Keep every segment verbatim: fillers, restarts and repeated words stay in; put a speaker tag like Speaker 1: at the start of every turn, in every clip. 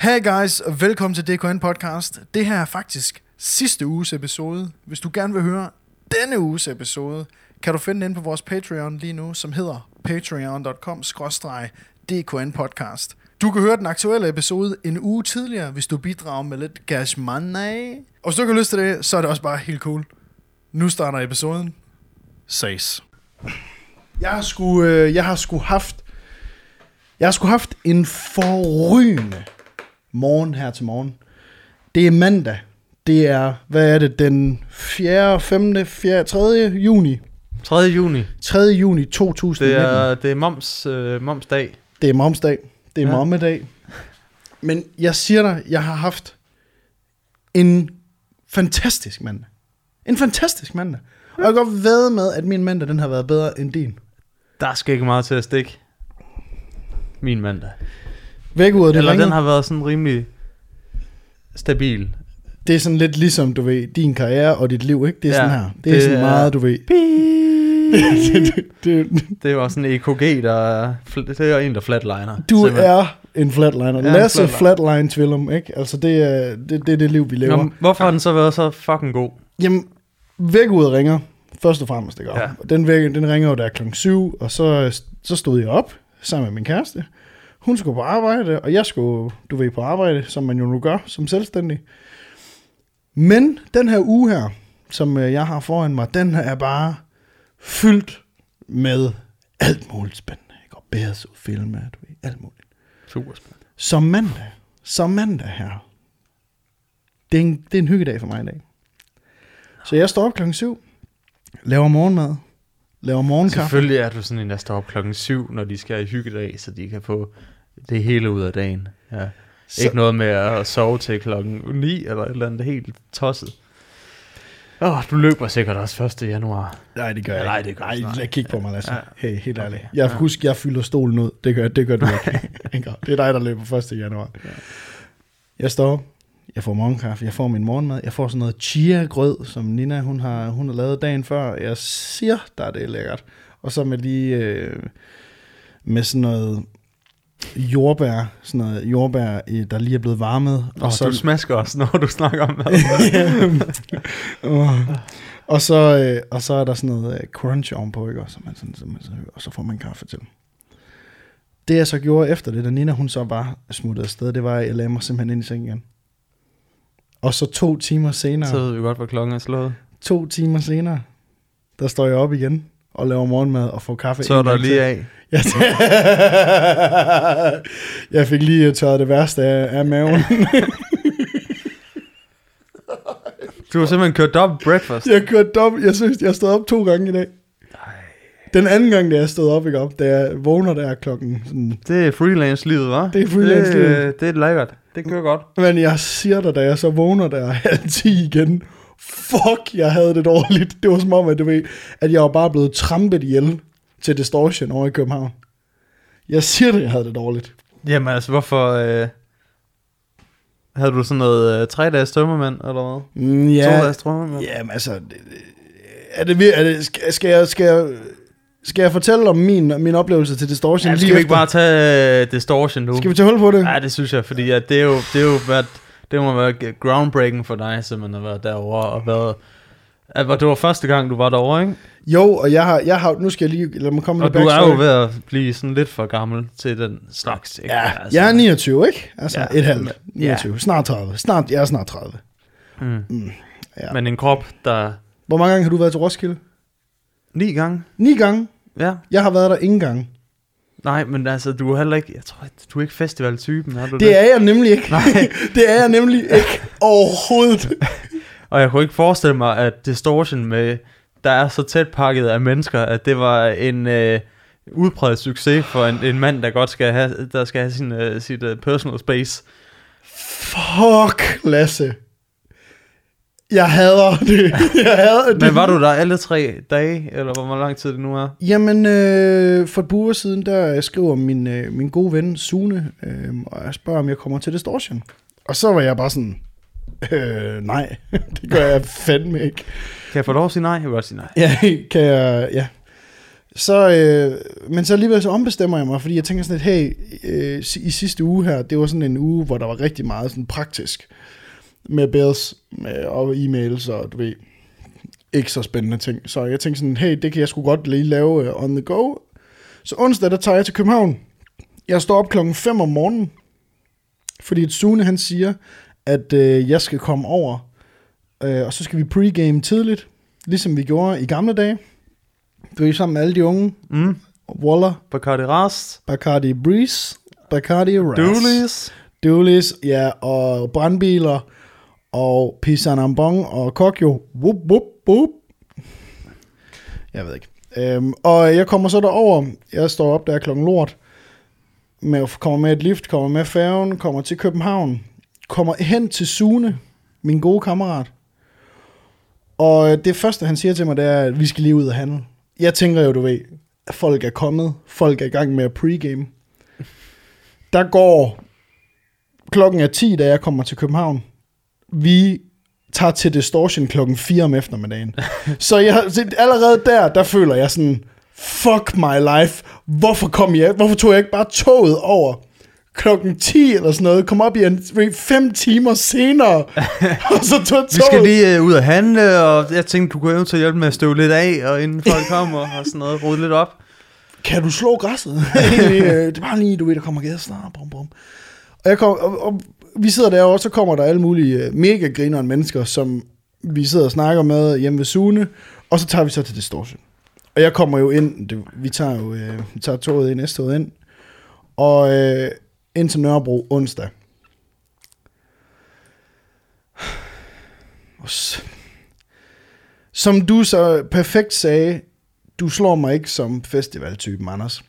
Speaker 1: Hey guys, og velkommen til D K N podcast. Det her er faktisk sidste uges episode. Hvis du gerne vil høre denne uges episode, kan du finde den på vores Patreon lige nu, som hedder patreon punktum com skråstreg D K N podcast. Du kan høre den aktuelle episode en uge tidligere, hvis du bidrager med lidt cash money. Og hvis du ikke har lyst til det, så er det også bare helt cool. Nu starter episoden. Ses. Jeg har sgu, øh, jeg har sgu haft, jeg har sgu haft en forrygende morgen her til morgen. Det er mandag. Det er, hvad er det, den fjerde, femte, fjerde, tredje juni.
Speaker 2: tredje juni.
Speaker 1: tredje juni to tusind nitten.
Speaker 2: Det er, det er moms, øh, momsdag.
Speaker 1: Det er momsdag. Det er
Speaker 2: ja.
Speaker 1: mommedag. Men jeg siger dig, jeg har haft en fantastisk mandag. En fantastisk mandag. Og jeg kan godt vædde med, at min mandag, den har været bedre end din.
Speaker 2: Der skal ikke meget til at stikke min mandag.
Speaker 1: Væk ud af det
Speaker 2: Eller
Speaker 1: ringer.
Speaker 2: den har været sådan rimelig stabil.
Speaker 1: Det er sådan lidt ligesom, du ved, din karriere og dit liv, ikke? Det er ja, sådan her. Det, det er sådan meget, du ved. det, det, det,
Speaker 2: det er jo sådan en E K G, der det er en, der flatliner.
Speaker 1: Du simpelthen. Er en flatliner.
Speaker 2: Ja,
Speaker 1: Lasse flatline tvillum, ikke? Altså, det er det, det, det liv, vi lever.
Speaker 2: Jamen, hvorfor har den så været så fucking god?
Speaker 1: Jamen, væk ud af ringer. Først og fremmest, ikke? Ja. Den, væk, den ringer jo der klokken syv, og så, så stod jeg op sammen med min kæreste. Hun skulle på arbejde, og jeg skulle, du ved, på arbejde, som man jo nu gør som selvstændig. Men den her uge her, som jeg har foran mig, den er bare fyldt med alt muligt spændende. Ikke? Og bedre filme, du ved, alt muligt.
Speaker 2: Super spændende.
Speaker 1: Som mandag, som mandag her, det er en, det er en hyggedag for mig i dag. Så jeg står op klokken syv, laver morgenmad, laver morgenkaffe.
Speaker 2: Selvfølgelig er du sådan en, der står op klokken syv, når de skal have hyggedag, så de kan få det hele ud af dagen. Ja. Så. Ikke noget med at sove til klokken ni, eller et eller andet helt tosset. Åh, oh, du løber sikkert også første januar.
Speaker 1: Nej, det gør jeg
Speaker 2: Nej,
Speaker 1: ikke.
Speaker 2: det gør
Speaker 1: Nej,
Speaker 2: jeg
Speaker 1: ikke. Kig på mig, Lasse. Ja. Hey, helt ærligt.
Speaker 2: Okay.
Speaker 1: Jeg husker, jeg fylder stolen ud. Det gør, det gør du ikke. Det er dig, der løber første januar. Ja. Jeg står op. Jeg får morgenkaffe. Jeg får min morgenmad. Jeg får sådan noget chia-grød, som Nina hun har, hun har lavet dagen før. Jeg siger, der det er lækkert. Og så med lige øh, med sådan noget jordbær, sådan noget jordbær, der lige er blevet varmet.
Speaker 2: Og oh, så du smasker også, når du snakker om mad.
Speaker 1: og, og, så, øh, og så er der sådan noget øh, crunch ovenpå, ikke? Og, så man sådan, så man så, og så får man kaffe til. Det jeg så gjorde efter det, da Nina hun så bare smuttede afsted, det var, at jeg lagde mig simpelthen ind i sengen igen. Og så to timer senere...
Speaker 2: Så ved vi godt, hvor klokken er slået.
Speaker 1: To timer senere, der står jeg op igen og laver morgenmad og får kaffe.
Speaker 2: Så er der lige af.
Speaker 1: Jeg, jeg fik lige tørret det værste af, af maven.
Speaker 2: Du har simpelthen kørt dobbelt breakfast.
Speaker 1: Jeg kørte dobbelt. Jeg synes, jeg stod op to gange i dag. Nej. Den anden gang, da jeg stod op, ikke op, da jeg vågner der klokken... Sådan,
Speaker 2: det er freelance-livet, hva'?
Speaker 1: Det er freelance-livet.
Speaker 2: Det, det er lækkert. Det kører godt.
Speaker 1: Men jeg siger dig, da jeg så vågner der halv ti igen... Fuck, jeg havde det dårligt. Det var som om, at, du ved, at jeg var bare blevet trampet ihjel til Distortion over i København. Jeg siger det, jeg havde det dårligt.
Speaker 2: Jamen altså, hvorfor... Øh, havde du sådan noget øh, tre-dages tømmermænd, eller hvad?
Speaker 1: Mm, ja.
Speaker 2: To-dages tømmermænd?
Speaker 1: Jamen altså... Er det, er det, skal, skal, jeg, skal, jeg, skal jeg fortælle om min, min oplevelse til Distortion?
Speaker 2: Ja, skal vi ikke bare tage uh, Distortion nu?
Speaker 1: Skal vi tage hul på det?
Speaker 2: Ja, det synes jeg, fordi at det er jo... Det er jo været, det må være groundbreaking for dig, simpelthen at være derovre og været... At det var første gang, du var derovre, ikke?
Speaker 1: Jo, og jeg har... Jeg har nu skal jeg lige... Lad mig komme
Speaker 2: og du er jo ved at blive sådan lidt for gammel til den slags, ikke?
Speaker 1: Ja,
Speaker 2: altså,
Speaker 1: jeg er niogtyve, ikke? Altså
Speaker 2: ja,
Speaker 1: et halvt. niogtyve. Ja. Snart tredive. Snart, jeg er snart tredive.
Speaker 2: Mm. Mm, ja. Men en krop, der...
Speaker 1: Hvor mange gange har du været til Roskilde?
Speaker 2: Ni gange.
Speaker 1: Ni gange?
Speaker 2: Ja.
Speaker 1: Jeg har været der ingen gange.
Speaker 2: Nej, men altså, du er heller ikke, jeg tror, du er ikke festivaltypen, har du det?
Speaker 1: Det er jeg nemlig ikke. Nej. Det er jeg nemlig ikke overhovedet.
Speaker 2: Og jeg kunne ikke forestille mig, at Distortion med, der er så tæt pakket af mennesker, at det var en øh, udpræget succes for en, en mand, der godt skal have, der skal have sin, øh, sit uh, personal space.
Speaker 1: Fuck, Lasse. Jeg hader det. Jeg hader det.
Speaker 2: Men var du der alle tre dage, eller hvor lang tid det nu er?
Speaker 1: Jamen, øh, for et par uger siden, der skriver min, øh, min gode ven Sune, øh, og jeg spørger, om jeg kommer til Distortion. Og så var jeg bare sådan, øh, nej, det gør jeg fandme ikke.
Speaker 2: Kan jeg få lov at sige nej? Jeg vil godt sige nej.
Speaker 1: Ja, kan jeg, ja. Så, øh, men så alligevel så ombestemmer jeg mig, fordi jeg tænker sådan lidt, hey, øh, i sidste uge her, det var sådan en uge, hvor der var rigtig meget sådan praktisk med bills med, og e-mails og du ved, ikke så spændende ting. Så jeg tænkte sådan, hey, det kan jeg sgu godt lige lave uh, on the go. Så onsdag, der tager jeg til København. Jeg står op klokken fem om morgenen, fordi et Sune, han siger, at øh, jeg skal komme over, øh, og så skal vi pregame tidligt, ligesom vi gjorde i gamle dage. Det er sammen med alle de unge.
Speaker 2: Mm.
Speaker 1: Waller.
Speaker 2: Bacardi Rast.
Speaker 1: Bacardi Breeze. Bacardi Rast.
Speaker 2: Doolies.
Speaker 1: Doolies, ja, og brandbiler, og Pisanambong, og Kokyo. Wup, wup, wup. Jeg ved ikke. Øhm, og jeg kommer så derover. Jeg står op der klokken lort. Med, kommer med et lift, kommer med færgen, kommer til København. Kommer hen til Sune, min gode kammerat. Og det første, han siger til mig, det er, at vi skal lige ud og handle. Jeg tænker jo, du ved, at folk er kommet. Folk er i gang med at pregame. Der går... Klokken er ti, da jeg kommer til København. Vi tager til Distortion klokken fire om eftermiddagen. Så jeg, allerede der, der føler jeg sådan, fuck my life. Hvorfor kom jeg? Hvorfor tog jeg ikke bare toget over klokken ti eller sådan noget? Kom op i en fem timer senere. Og så tog toget.
Speaker 2: Vi skal lige uh, ud og handle, og jeg tænkte, du kunne eventuelt hjælpe med at støve lidt af, og inden folk kommer og sådan noget, rode lidt op.
Speaker 1: Kan du slå græsset? Det er bare lige, du ved, der kommer gæster. Brum, brum. Og, jeg kom, og, og vi sidder der, og så kommer der alle mulige mega grinerende mennesker, som vi sidder og snakker med hjemme ved Sune, og så tager vi så til Distortion. Og jeg kommer jo ind, det, vi tager jo øh, vi tager toget ind, næste toget ind, og øh, ind til Nørrebro onsdag. Som du så perfekt sagde, du slår mig ikke som festivaltypen, Anders.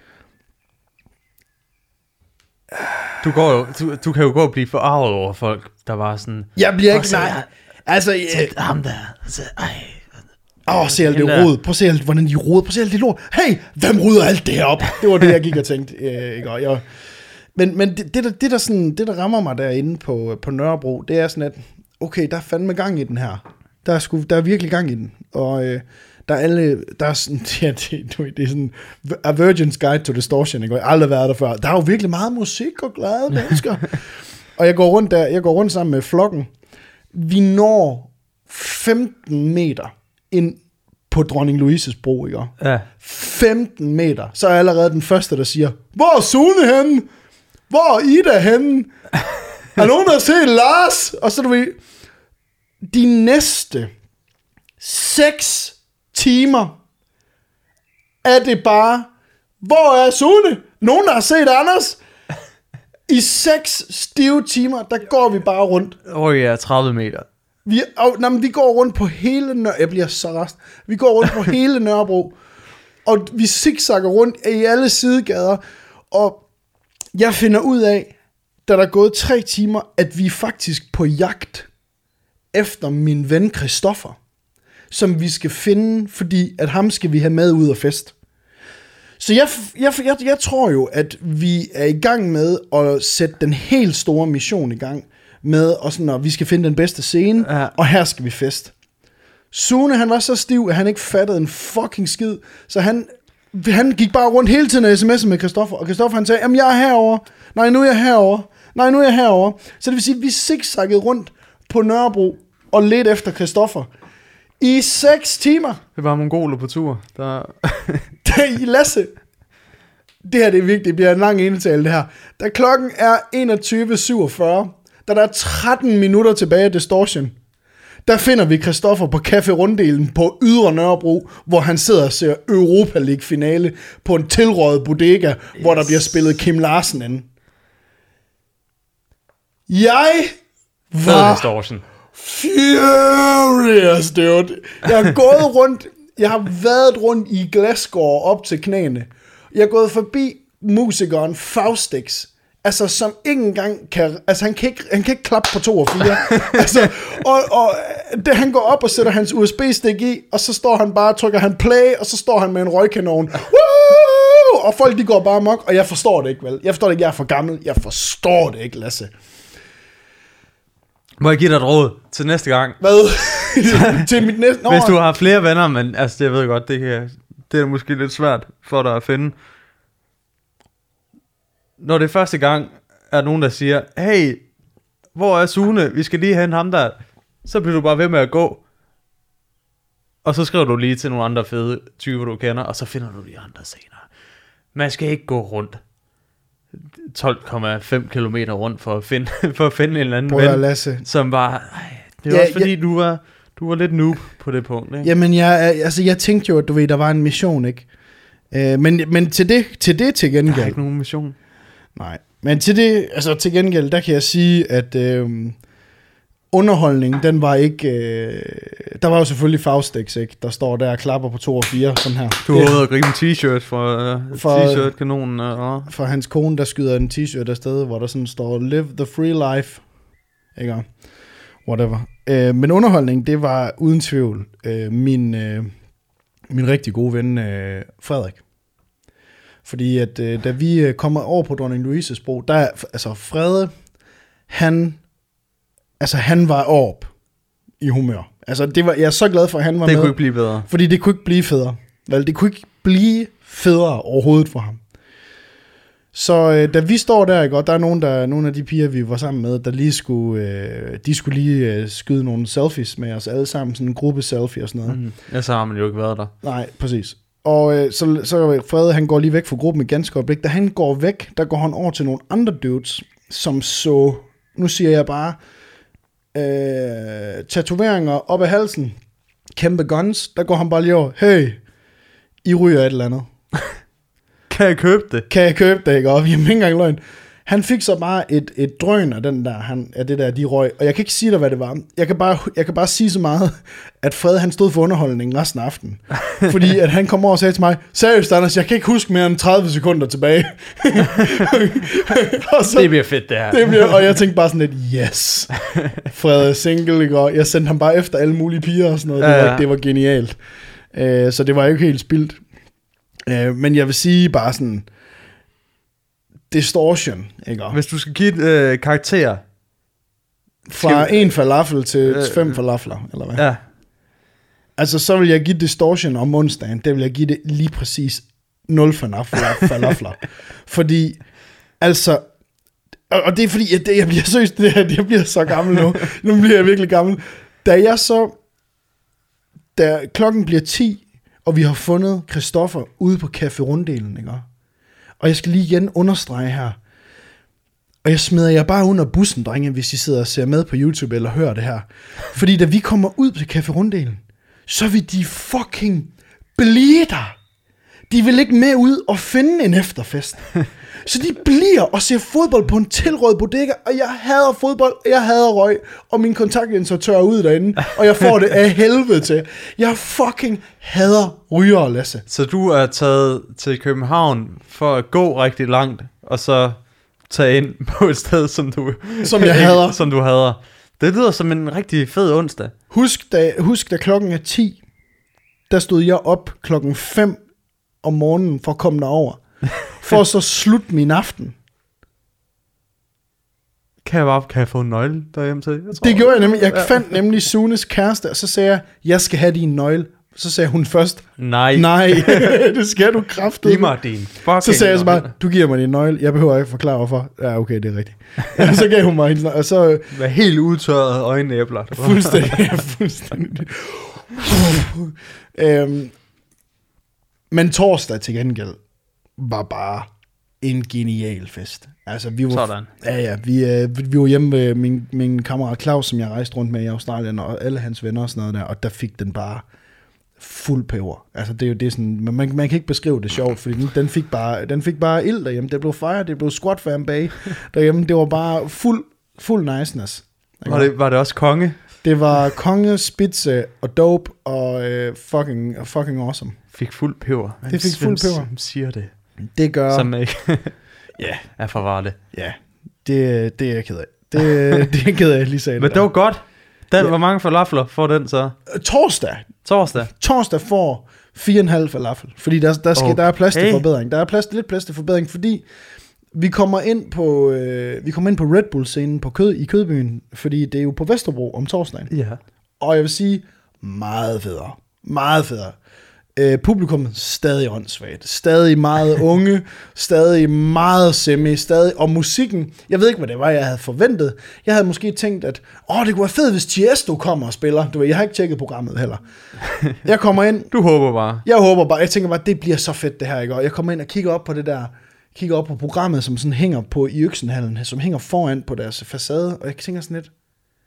Speaker 2: Du, går jo, du, du kan jo gå og blive forarvet over folk, der var sådan...
Speaker 1: Jeg bliver ikke... Nej, altså...
Speaker 2: Sæt ham der. Så, ej.
Speaker 1: Åh, oh, se alt det rod. Prøv at se alt, hvordan de roder. Prøv at se alt det lort. Hey, hvem rydder alt det her op? Det var det, jeg gik og tænkte. Øh, ikke? Og jeg, men men det, det, der, det, der sådan, det, der rammer mig derinde på, på Nørrebro, det er sådan, at okay, der er fandme gang i den her. Der er, sgu, der er virkelig gang i den. Og øh, der er alle... Der er sådan... Ja, det, det er sådan... A Virgin's Guide to Distortion. Ikke? Jeg har aldrig været der før. Der er jo virkelig meget musik og glade mennesker. Og jeg går rundt der. Jeg går rundt sammen med flokken. Vi når femten meter ind på Dronning Louises bro, ikke?
Speaker 2: Ja.
Speaker 1: femten meter. Så er jeg allerede den første, der siger, hvor er Sune henne? Hvor er Ida henne? Er nogen, der har set Lars? Og så du ved, de næste seks timer er det bare, hvor er Sune? Nogen, der har set Anders? I seks stive timer, der går vi bare rundt.
Speaker 2: Åh oh ja, tredive meter.
Speaker 1: Vi, og, nej, men vi går rundt på hele Nørrebro. Jeg bliver så rast. Vi går rundt på hele Nørrebro. Og vi zigzagger rundt i alle sidegader. Og jeg finder ud af, da der er gået tre timer, at vi er faktisk på jagt efter min ven Christoffer, som vi skal finde, fordi at ham skal vi have med ud og fest. Så jeg, jeg, jeg, jeg tror jo, at vi er i gang med at sætte den helt store mission i gang, med, og sådan, at vi skal finde den bedste scene, ja. Og her skal vi fest. Sune, han var så stiv, at han ikke fattede en fucking skid, så han, han gik bare rundt hele tiden og sms'ede med Christoffer, og Christoffer han sagde, jamen jeg er herovre, nej nu er jeg herovre, nej nu er jeg herovre. Så det vil sige, at vi zigzaggede rundt på Nørrebro, og lidt efter Christoffer, i seks timer.
Speaker 2: Det var mongoler på tur. Der...
Speaker 1: I Lasse, det her det er vigtigt, det bliver en lang enetale det her. Da klokken er enogtyve syvogfyrre, da der er tretten minutter tilbage af Distortion, der finder vi Christoffer på Café Runddelen på Ydre Nørrebro, hvor han sidder og ser Europa League finale på en tilrøget bodega, yes. Hvor der bliver spillet Kim Larsen ind. Jeg var furious, dude. Jeg har gået rundt, jeg har været rundt i Glasgow op til knæene. Jeg er gået forbi musikeren Faustix, altså som ikke engang kan, altså han kan ikke, han kan ikke klappe på to og fire. Altså, og, og det, han går op og sætter hans U S B-stik i, og så står han bare, trykker han play, og så står han med en røgkanon. Woo! Og folk de går bare amok, og jeg forstår det ikke, vel? Jeg forstår det ikke, jeg er for gammel. Jeg forstår det ikke, Lasse.
Speaker 2: Må jeg give dig et råd til næste gang?
Speaker 1: Hvad? til mit næste... Nå,
Speaker 2: hvis du har flere venner, men altså, jeg ved godt, det kan... det er måske lidt svært for dig at finde. Når det er første gang, er nogen, der siger, hey, hvor er Sune? Vi skal lige have ham der. Så bliver du bare ved med at gå. Og så skriver du lige til nogle andre fede typer, du kender, og så finder du de andre senere. Man skal ikke gå rundt tolv komma fem kilometer rundt for at finde, for at finde en eller anden
Speaker 1: Brødre
Speaker 2: ven,
Speaker 1: Lasse.
Speaker 2: som bare... Det er
Speaker 1: Ja,
Speaker 2: også fordi,
Speaker 1: ja.
Speaker 2: du var, du var lidt noob på det punkt, ikke?
Speaker 1: Jamen, jeg, altså, jeg tænkte jo, at du ved, der var en mission, ikke? Øh, men, men til det til det til gengæld...
Speaker 2: Der er ikke nogen mission.
Speaker 1: Nej, men til det, altså til gengæld, der kan jeg sige, at øh, underholdningen, den var ikke... Øh, der var jo selvfølgelig Faustix, ikke? Der står der og klapper på to og fire, sådan her.
Speaker 2: Du har ude og gribe en t-shirt fra uh,
Speaker 1: For-
Speaker 2: t-shirt-kanonen. Uh.
Speaker 1: For hans kone, der skyder en t-shirt afsted, hvor der sådan står, live the free life. Ikke? Whatever. Øh, men underholdning, det var uden tvivl øh, min, øh, min rigtig gode ven, øh, Frederik. Fordi at øh, da vi øh, kommer over på Dronning Louises Bro, der er, altså Frede, han, altså han var op i humør. Altså det var, jeg er så glad for, at han var
Speaker 2: Det
Speaker 1: med.
Speaker 2: kunne ikke blive bedre.
Speaker 1: Fordi det kunne ikke blive federe. Vel, det kunne ikke blive federe overhovedet for ham. Så øh, da vi står der, ikke, og der er nogen, der, nogle af de piger, vi var sammen med, der lige skulle, øh, de skulle lige øh, skyde nogle selfies med os alle sammen, sådan en gruppe selfie og sådan noget.
Speaker 2: Mm. Ja, så har man jo ikke været der.
Speaker 1: Nej, præcis. Og øh, så, så Frede, han går lige væk fra gruppen i ganske øjeblik. Da han går væk, der går han over til nogle andre dudes, som så, nu siger jeg bare, øh, tatoveringer op ad halsen, kæmpe guns, der går han bare lige over, hey, I ryger et eller andet.
Speaker 2: Kan jeg købe det?
Speaker 1: Kan jeg købe det, ikke? Og vi har ikke engang løgn. Han fik så bare et, et drøn af, den der, han, af det der, de røg. Og jeg kan ikke sige dig, hvad det var. Jeg kan bare, jeg kan bare sige så meget, at Fred, han stod for underholdningen resten af aftenen. Fordi at han kom over og sagde til mig, seriøst Anders, jeg kan ikke huske mere end tredive sekunder tilbage. Og så,
Speaker 2: Det bliver fedt, det her.
Speaker 1: det bliver, og jeg tænkte bare sådan lidt, yes, Fred er single, ikke? Og jeg sendte ham bare efter alle mulige piger og sådan noget. Det var,
Speaker 2: Ja, ja.
Speaker 1: det var genialt. Uh, så det var jo ikke helt spildt. Uh, men jeg vil sige bare sådan, distortion, ikke?
Speaker 2: Hvis du skal give et øh, karakter.
Speaker 1: Fra
Speaker 2: Skal-
Speaker 1: en falafel til
Speaker 2: Øh,
Speaker 1: fem falafler, eller hvad?
Speaker 2: Ja.
Speaker 1: Altså, så vil jeg give distortion om onsdagen, det vil jeg give det lige præcis nul falafler. falafler. Fordi, altså, og, og det er fordi, jeg, det, jeg bliver seriøst, det her, jeg bliver så gammel nu. Nu bliver jeg virkelig gammel. Da jeg så, da klokken bliver ti, og vi har fundet Christoffer ude på Café Runddelen, ikke? Og jeg skal lige igen understrege her, og jeg smider jer bare under bussen, drenge, hvis I sidder og ser med på YouTube eller hører det her. Fordi da vi kommer ud til Café Runddelen, så vil de fucking blive der. De vil ikke med ud og finde en efterfest. Så de bliver og ser fodbold på en tilrådet bodega, og jeg hader fodbold, og jeg hader røg, og mine kontaktlinser tørrer ud derinde, og jeg får det af helvede til. Jeg fucking hader ryger, Lasse.
Speaker 2: Så du er taget til København for at gå rigtig langt, og så tage ind på et sted, som du,
Speaker 1: Som jeg hader.
Speaker 2: som du hader. Det lyder som en rigtig fed onsdag.
Speaker 1: Husk da, husk, da klokken er ti, der stod jeg op klokken fem om morgenen for at komme derover, for at så slutte min aften.
Speaker 2: Kan jeg bare kan jeg få en nøgle derhjemme til? Jeg tror,
Speaker 1: Det gjorde jeg nemlig. Jeg fandt nemlig Sunes kæreste, og så sagde jeg, jeg skal have din nøgle. Så sagde hun først,
Speaker 2: Nej.
Speaker 1: nej, det skal du kraftedeme.
Speaker 2: Giv mig din fucking
Speaker 1: Så sagde jeg så
Speaker 2: nøgle.
Speaker 1: bare, du giver mig din nøgle, jeg behøver ikke forklare hvorfor. Ja, okay, det er rigtigt. Og så gav hun mig hendes nøgle, og så
Speaker 2: Med helt udtørret øjenæbler.
Speaker 1: fuldstændig, fuldstændig. øhm, men torsdag til gengæld var bare en genial fest. Altså, vi var,
Speaker 2: Sådan.
Speaker 1: Ja, ja, vi, øh, vi var hjemme med min, min kammerat Claus, som jeg rejste rundt med i Australien, og alle hans venner og sådan noget der, og der fik den bare fuld peber. Altså, det er jo det er sådan, man, man, man kan ikke beskrive det sjovt, fordi den, den fik bare, den fik bare ild derhjemme. Det blev fire, det blev squat fam bag derhjemme. Det var bare fuld, fuld niceness.
Speaker 2: Var det, var det også konge?
Speaker 1: Det var konge, spidse og dope og øh, fucking, fucking awesome.
Speaker 2: Fik fuld peber.
Speaker 1: Det fik fuld peber.
Speaker 2: Hvem siger det?
Speaker 1: Det gør...
Speaker 2: Som ikke
Speaker 1: Ja,
Speaker 2: er for varligt.
Speaker 1: ja. Det, det er jeg ked af. Det, det er jeg ked af, lige sagde
Speaker 2: Men det var godt. Den,
Speaker 1: Ja.
Speaker 2: Hvor mange falafler får den så?
Speaker 1: Torsdag.
Speaker 2: Torsdag.
Speaker 1: Torsdag får fire og en halv falafel. Fordi der, der, skal,
Speaker 2: Okay.
Speaker 1: der er plads til forbedring. Der er plads, lidt plads til forbedring, fordi vi kommer ind på, øh, vi kommer ind på Red Bull-scenen på kød, i Kødbyen, fordi det er jo på Vesterbro om torsdagen.
Speaker 2: Ja.
Speaker 1: Og jeg vil sige, meget federe. Meget federe. Øh, publikum stadig åndssvagt, stadig meget unge, stadig meget semi, stadig, og musikken, jeg ved ikke, hvad det var, jeg havde forventet. Jeg havde måske tænkt, at åh, det kunne være fedt, hvis Tiesto kommer og spiller. Du ved, jeg har ikke tjekket programmet heller. Jeg kommer ind.
Speaker 2: Du håber bare.
Speaker 1: Jeg håber bare, jeg tænker bare, det bliver så fedt det her, ikke? Og jeg kommer ind og kigger op på det der, kigger op på programmet, som sådan hænger på i Øksenhallen, som hænger foran på deres facade, og jeg tænker sådan lidt,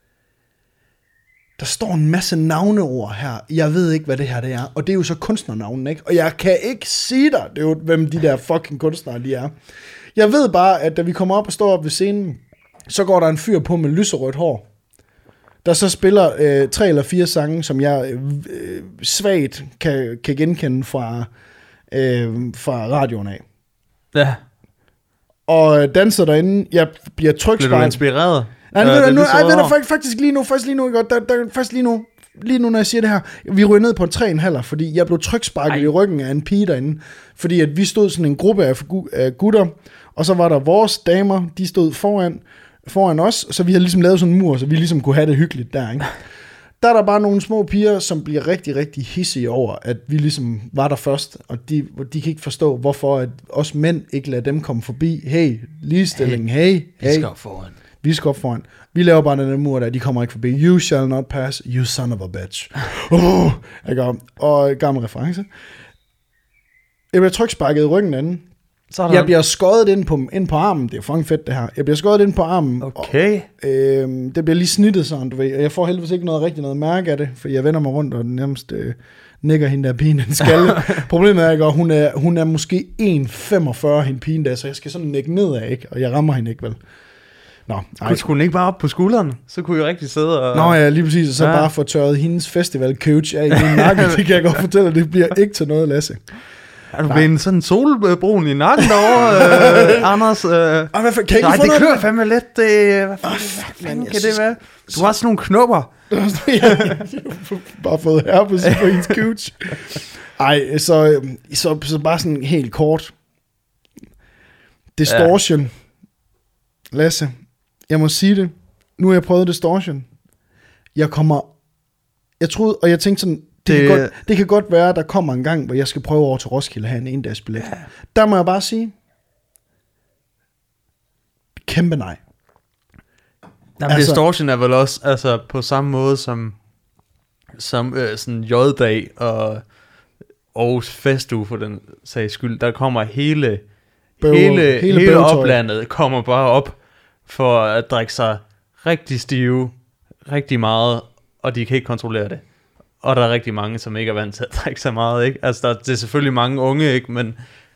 Speaker 1: der står en masse navneord her. Jeg ved ikke, hvad det her det er. Og det er jo så kunstnernavnen, ikke? Og jeg kan ikke sige dig, det er jo, hvem de der fucking kunstnere de er. Jeg ved bare, at da vi kommer op og står op ved scenen, så går der en fyr på med lyserødt hår, der så spiller øh, tre eller fire sange, som jeg øh, svagt kan, kan genkende fra, øh, fra radioen af.
Speaker 2: Ja.
Speaker 1: Og danser derinde. Jeg bliver tryksparket.
Speaker 2: Bliver du inspireret?
Speaker 1: Nej, øh, nu, nu, ej, ved du, faktisk, faktisk lige nu, faktisk lige nu, der, der, faktisk lige nu, lige nu, når jeg siger det her, vi ryger ned på en tre komma fem, fordi jeg blev tryksparket Ej. i ryggen af en pige derinde, fordi at vi stod sådan en gruppe af, af gutter, og så var der vores damer, de stod foran, foran os, så vi havde ligesom lavet sådan en mur, så vi ligesom kunne have det hyggeligt der, ikke? Der er der bare nogle små piger, som bliver rigtig, rigtig hissige over, at vi ligesom var der først, og de, de kan ikke forstå, hvorfor at os mænd ikke lader dem komme forbi. Hey, ligestilling, hey, hey.
Speaker 2: Vi skal op foran.
Speaker 1: Vi skal op foran. Vi laver bare den der mur der, de kommer ikke forbi. You shall not pass, you son of a bitch. Oh, jeg og gammel reference. Jeg bliver tryksparket i ryggen anden.
Speaker 2: Sådan.
Speaker 1: Jeg bliver skåret ind på, ind på armen. Det er fucking fedt det her. Jeg bliver skåret ind på armen.
Speaker 2: Okay.
Speaker 1: Og, øh, det bliver lige snittet sådan, du ved. Jeg får heldigvis ikke noget rigtig noget mærke af det, for jeg vender mig rundt og nærmest øh, nikker hende der pigen en skalle. Problemet er ikke, at hun er, hun er måske en komma femogfyrre hende pigen der, så jeg skal sådan nikke nedad, ikke? Og jeg rammer hende ikke vel. Nå,
Speaker 2: kunne skulle hun ikke bare op på skulderen? Så kunne jeg rigtig sidde og...
Speaker 1: Nå ja, lige præcis. Og så ja. bare få tørret hendes festival-coach af i min nakke. Det kan jeg godt fortælle, det bliver ikke til noget, Lasse.
Speaker 2: Er du blevet sådan solbrun i nakken derovre, øh, Anders? Øh...
Speaker 1: Ej, hvad, kan jeg
Speaker 2: Nej,
Speaker 1: ikke
Speaker 2: det kører fandme lidt. Det... Hvad
Speaker 1: oh, fuck,
Speaker 2: fanden
Speaker 1: man,
Speaker 2: kan
Speaker 1: synes...
Speaker 2: det være? Du har sådan nogle knopper.
Speaker 1: Bare fået herpes på hendes coach. Ej, så, så, så bare sådan helt kort. Distortion. Ja. Lasse. Jeg må sige det. Nu har jeg prøvet Distortion. Jeg kommer... Jeg troede, og jeg tænkte sådan, det, det... Kan, godt, det kan godt være, at der kommer en gang, hvor jeg skal prøve over til Roskilde og have en endagsbillet. Ja. Der må jeg bare sige, kæmpe nej.
Speaker 2: Jamen, altså, Distortion er vel også altså, på samme måde som, som øh, sådan J-dag og Aarhus Festuge for den sags skyld. Der kommer hele, bøver, hele, hele, hele oplandet kommer bare op for at drikke sig rigtig stive, rigtig meget, og de kan ikke kontrollere det. Og der er rigtig mange, som ikke er vant til at drikke så meget, ikke? Altså, der, det er selvfølgelig mange unge, ikke? Men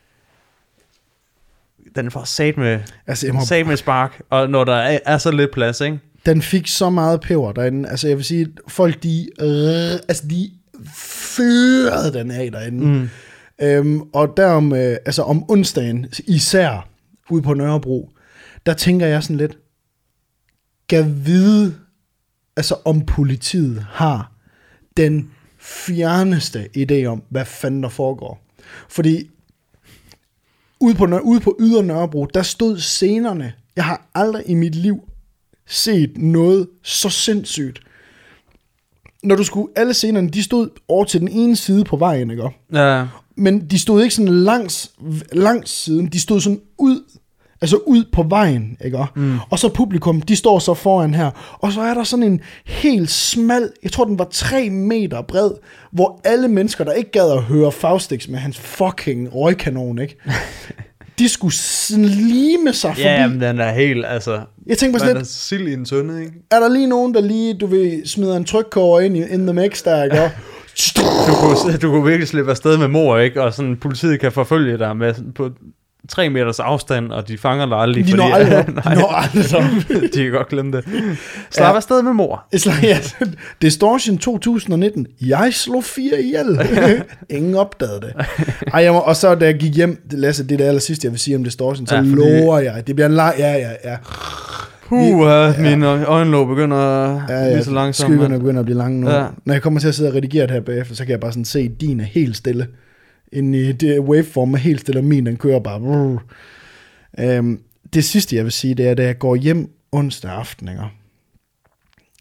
Speaker 2: den får sat med, altså, må... sat med spark, og når der er, er så lidt plads, ikke?
Speaker 1: Den fik så meget peber derinde. Altså, jeg vil sige, folk, de, øh, altså, de fyrede den af derinde. Mm. Øhm, og derom, øh, altså om onsdagen, især ude på Nørrebro, der tænker jeg sådan lidt, kan vide, altså om politiet har den fjerneste idé om, hvad fanden der foregår. Fordi ude på, ude på Ydre Nørrebro, der stod scenerne. Jeg har aldrig i mit liv set noget så sindssygt. Når du skulle, alle scenerne, de stod over til den ene side på vejen, ikke?
Speaker 2: Ja.
Speaker 1: Men de stod ikke sådan langs, langs siden, de stod sådan ud, altså ud på vejen, ikke? Mm. Og så publikum, de står så foran her, og så er der sådan en helt smal, jeg tror den var tre meter bred, hvor alle mennesker, der ikke gad at høre Faustix med hans fucking røgkanon, ikke? De skulle slime sig forbi.
Speaker 2: Ja, men den er helt, altså...
Speaker 1: Jeg tænker på sådan lidt...
Speaker 2: sild i en tønde, ikke?
Speaker 1: Er der lige nogen, der lige, du ved, smider en trykkoger ind i in the mix der, ikke?
Speaker 2: Du kunne, du kunne virkelig slippe afsted med mor, ikke? Og sådan, politiet kan forfølge dig med på tre meters afstand, og de fanger dig aldrig.
Speaker 1: De
Speaker 2: fordi,
Speaker 1: når aldrig op. De når aldrig op.
Speaker 2: De kan godt glemme det. Slap ja. afsted med mor.
Speaker 1: Ja. Distortion to tusind nitten. Jeg slog fire ihjel. Ingen opdagede det. Ej, jeg må, og så da jeg gik hjem, det, Lasse, det er det aller sidste, jeg vil sige om Distortion, så ja, fordi... lover jeg. Det bliver en lang... Ja, ja, ja.
Speaker 2: Puh, ja. Mine øjenlåg begynder at ja, ja, blive så langsomt.
Speaker 1: Skyggerne begynder at blive lange nu. Ja. Når jeg kommer til at sidde og redigere det her bagefter, så kan jeg bare sådan se, at din er helt stille. Inde i det waveform er helt stille, og min den kører bare. Øhm, det sidste, jeg vil sige, det er, da jeg går hjem onsdag aften, ikke?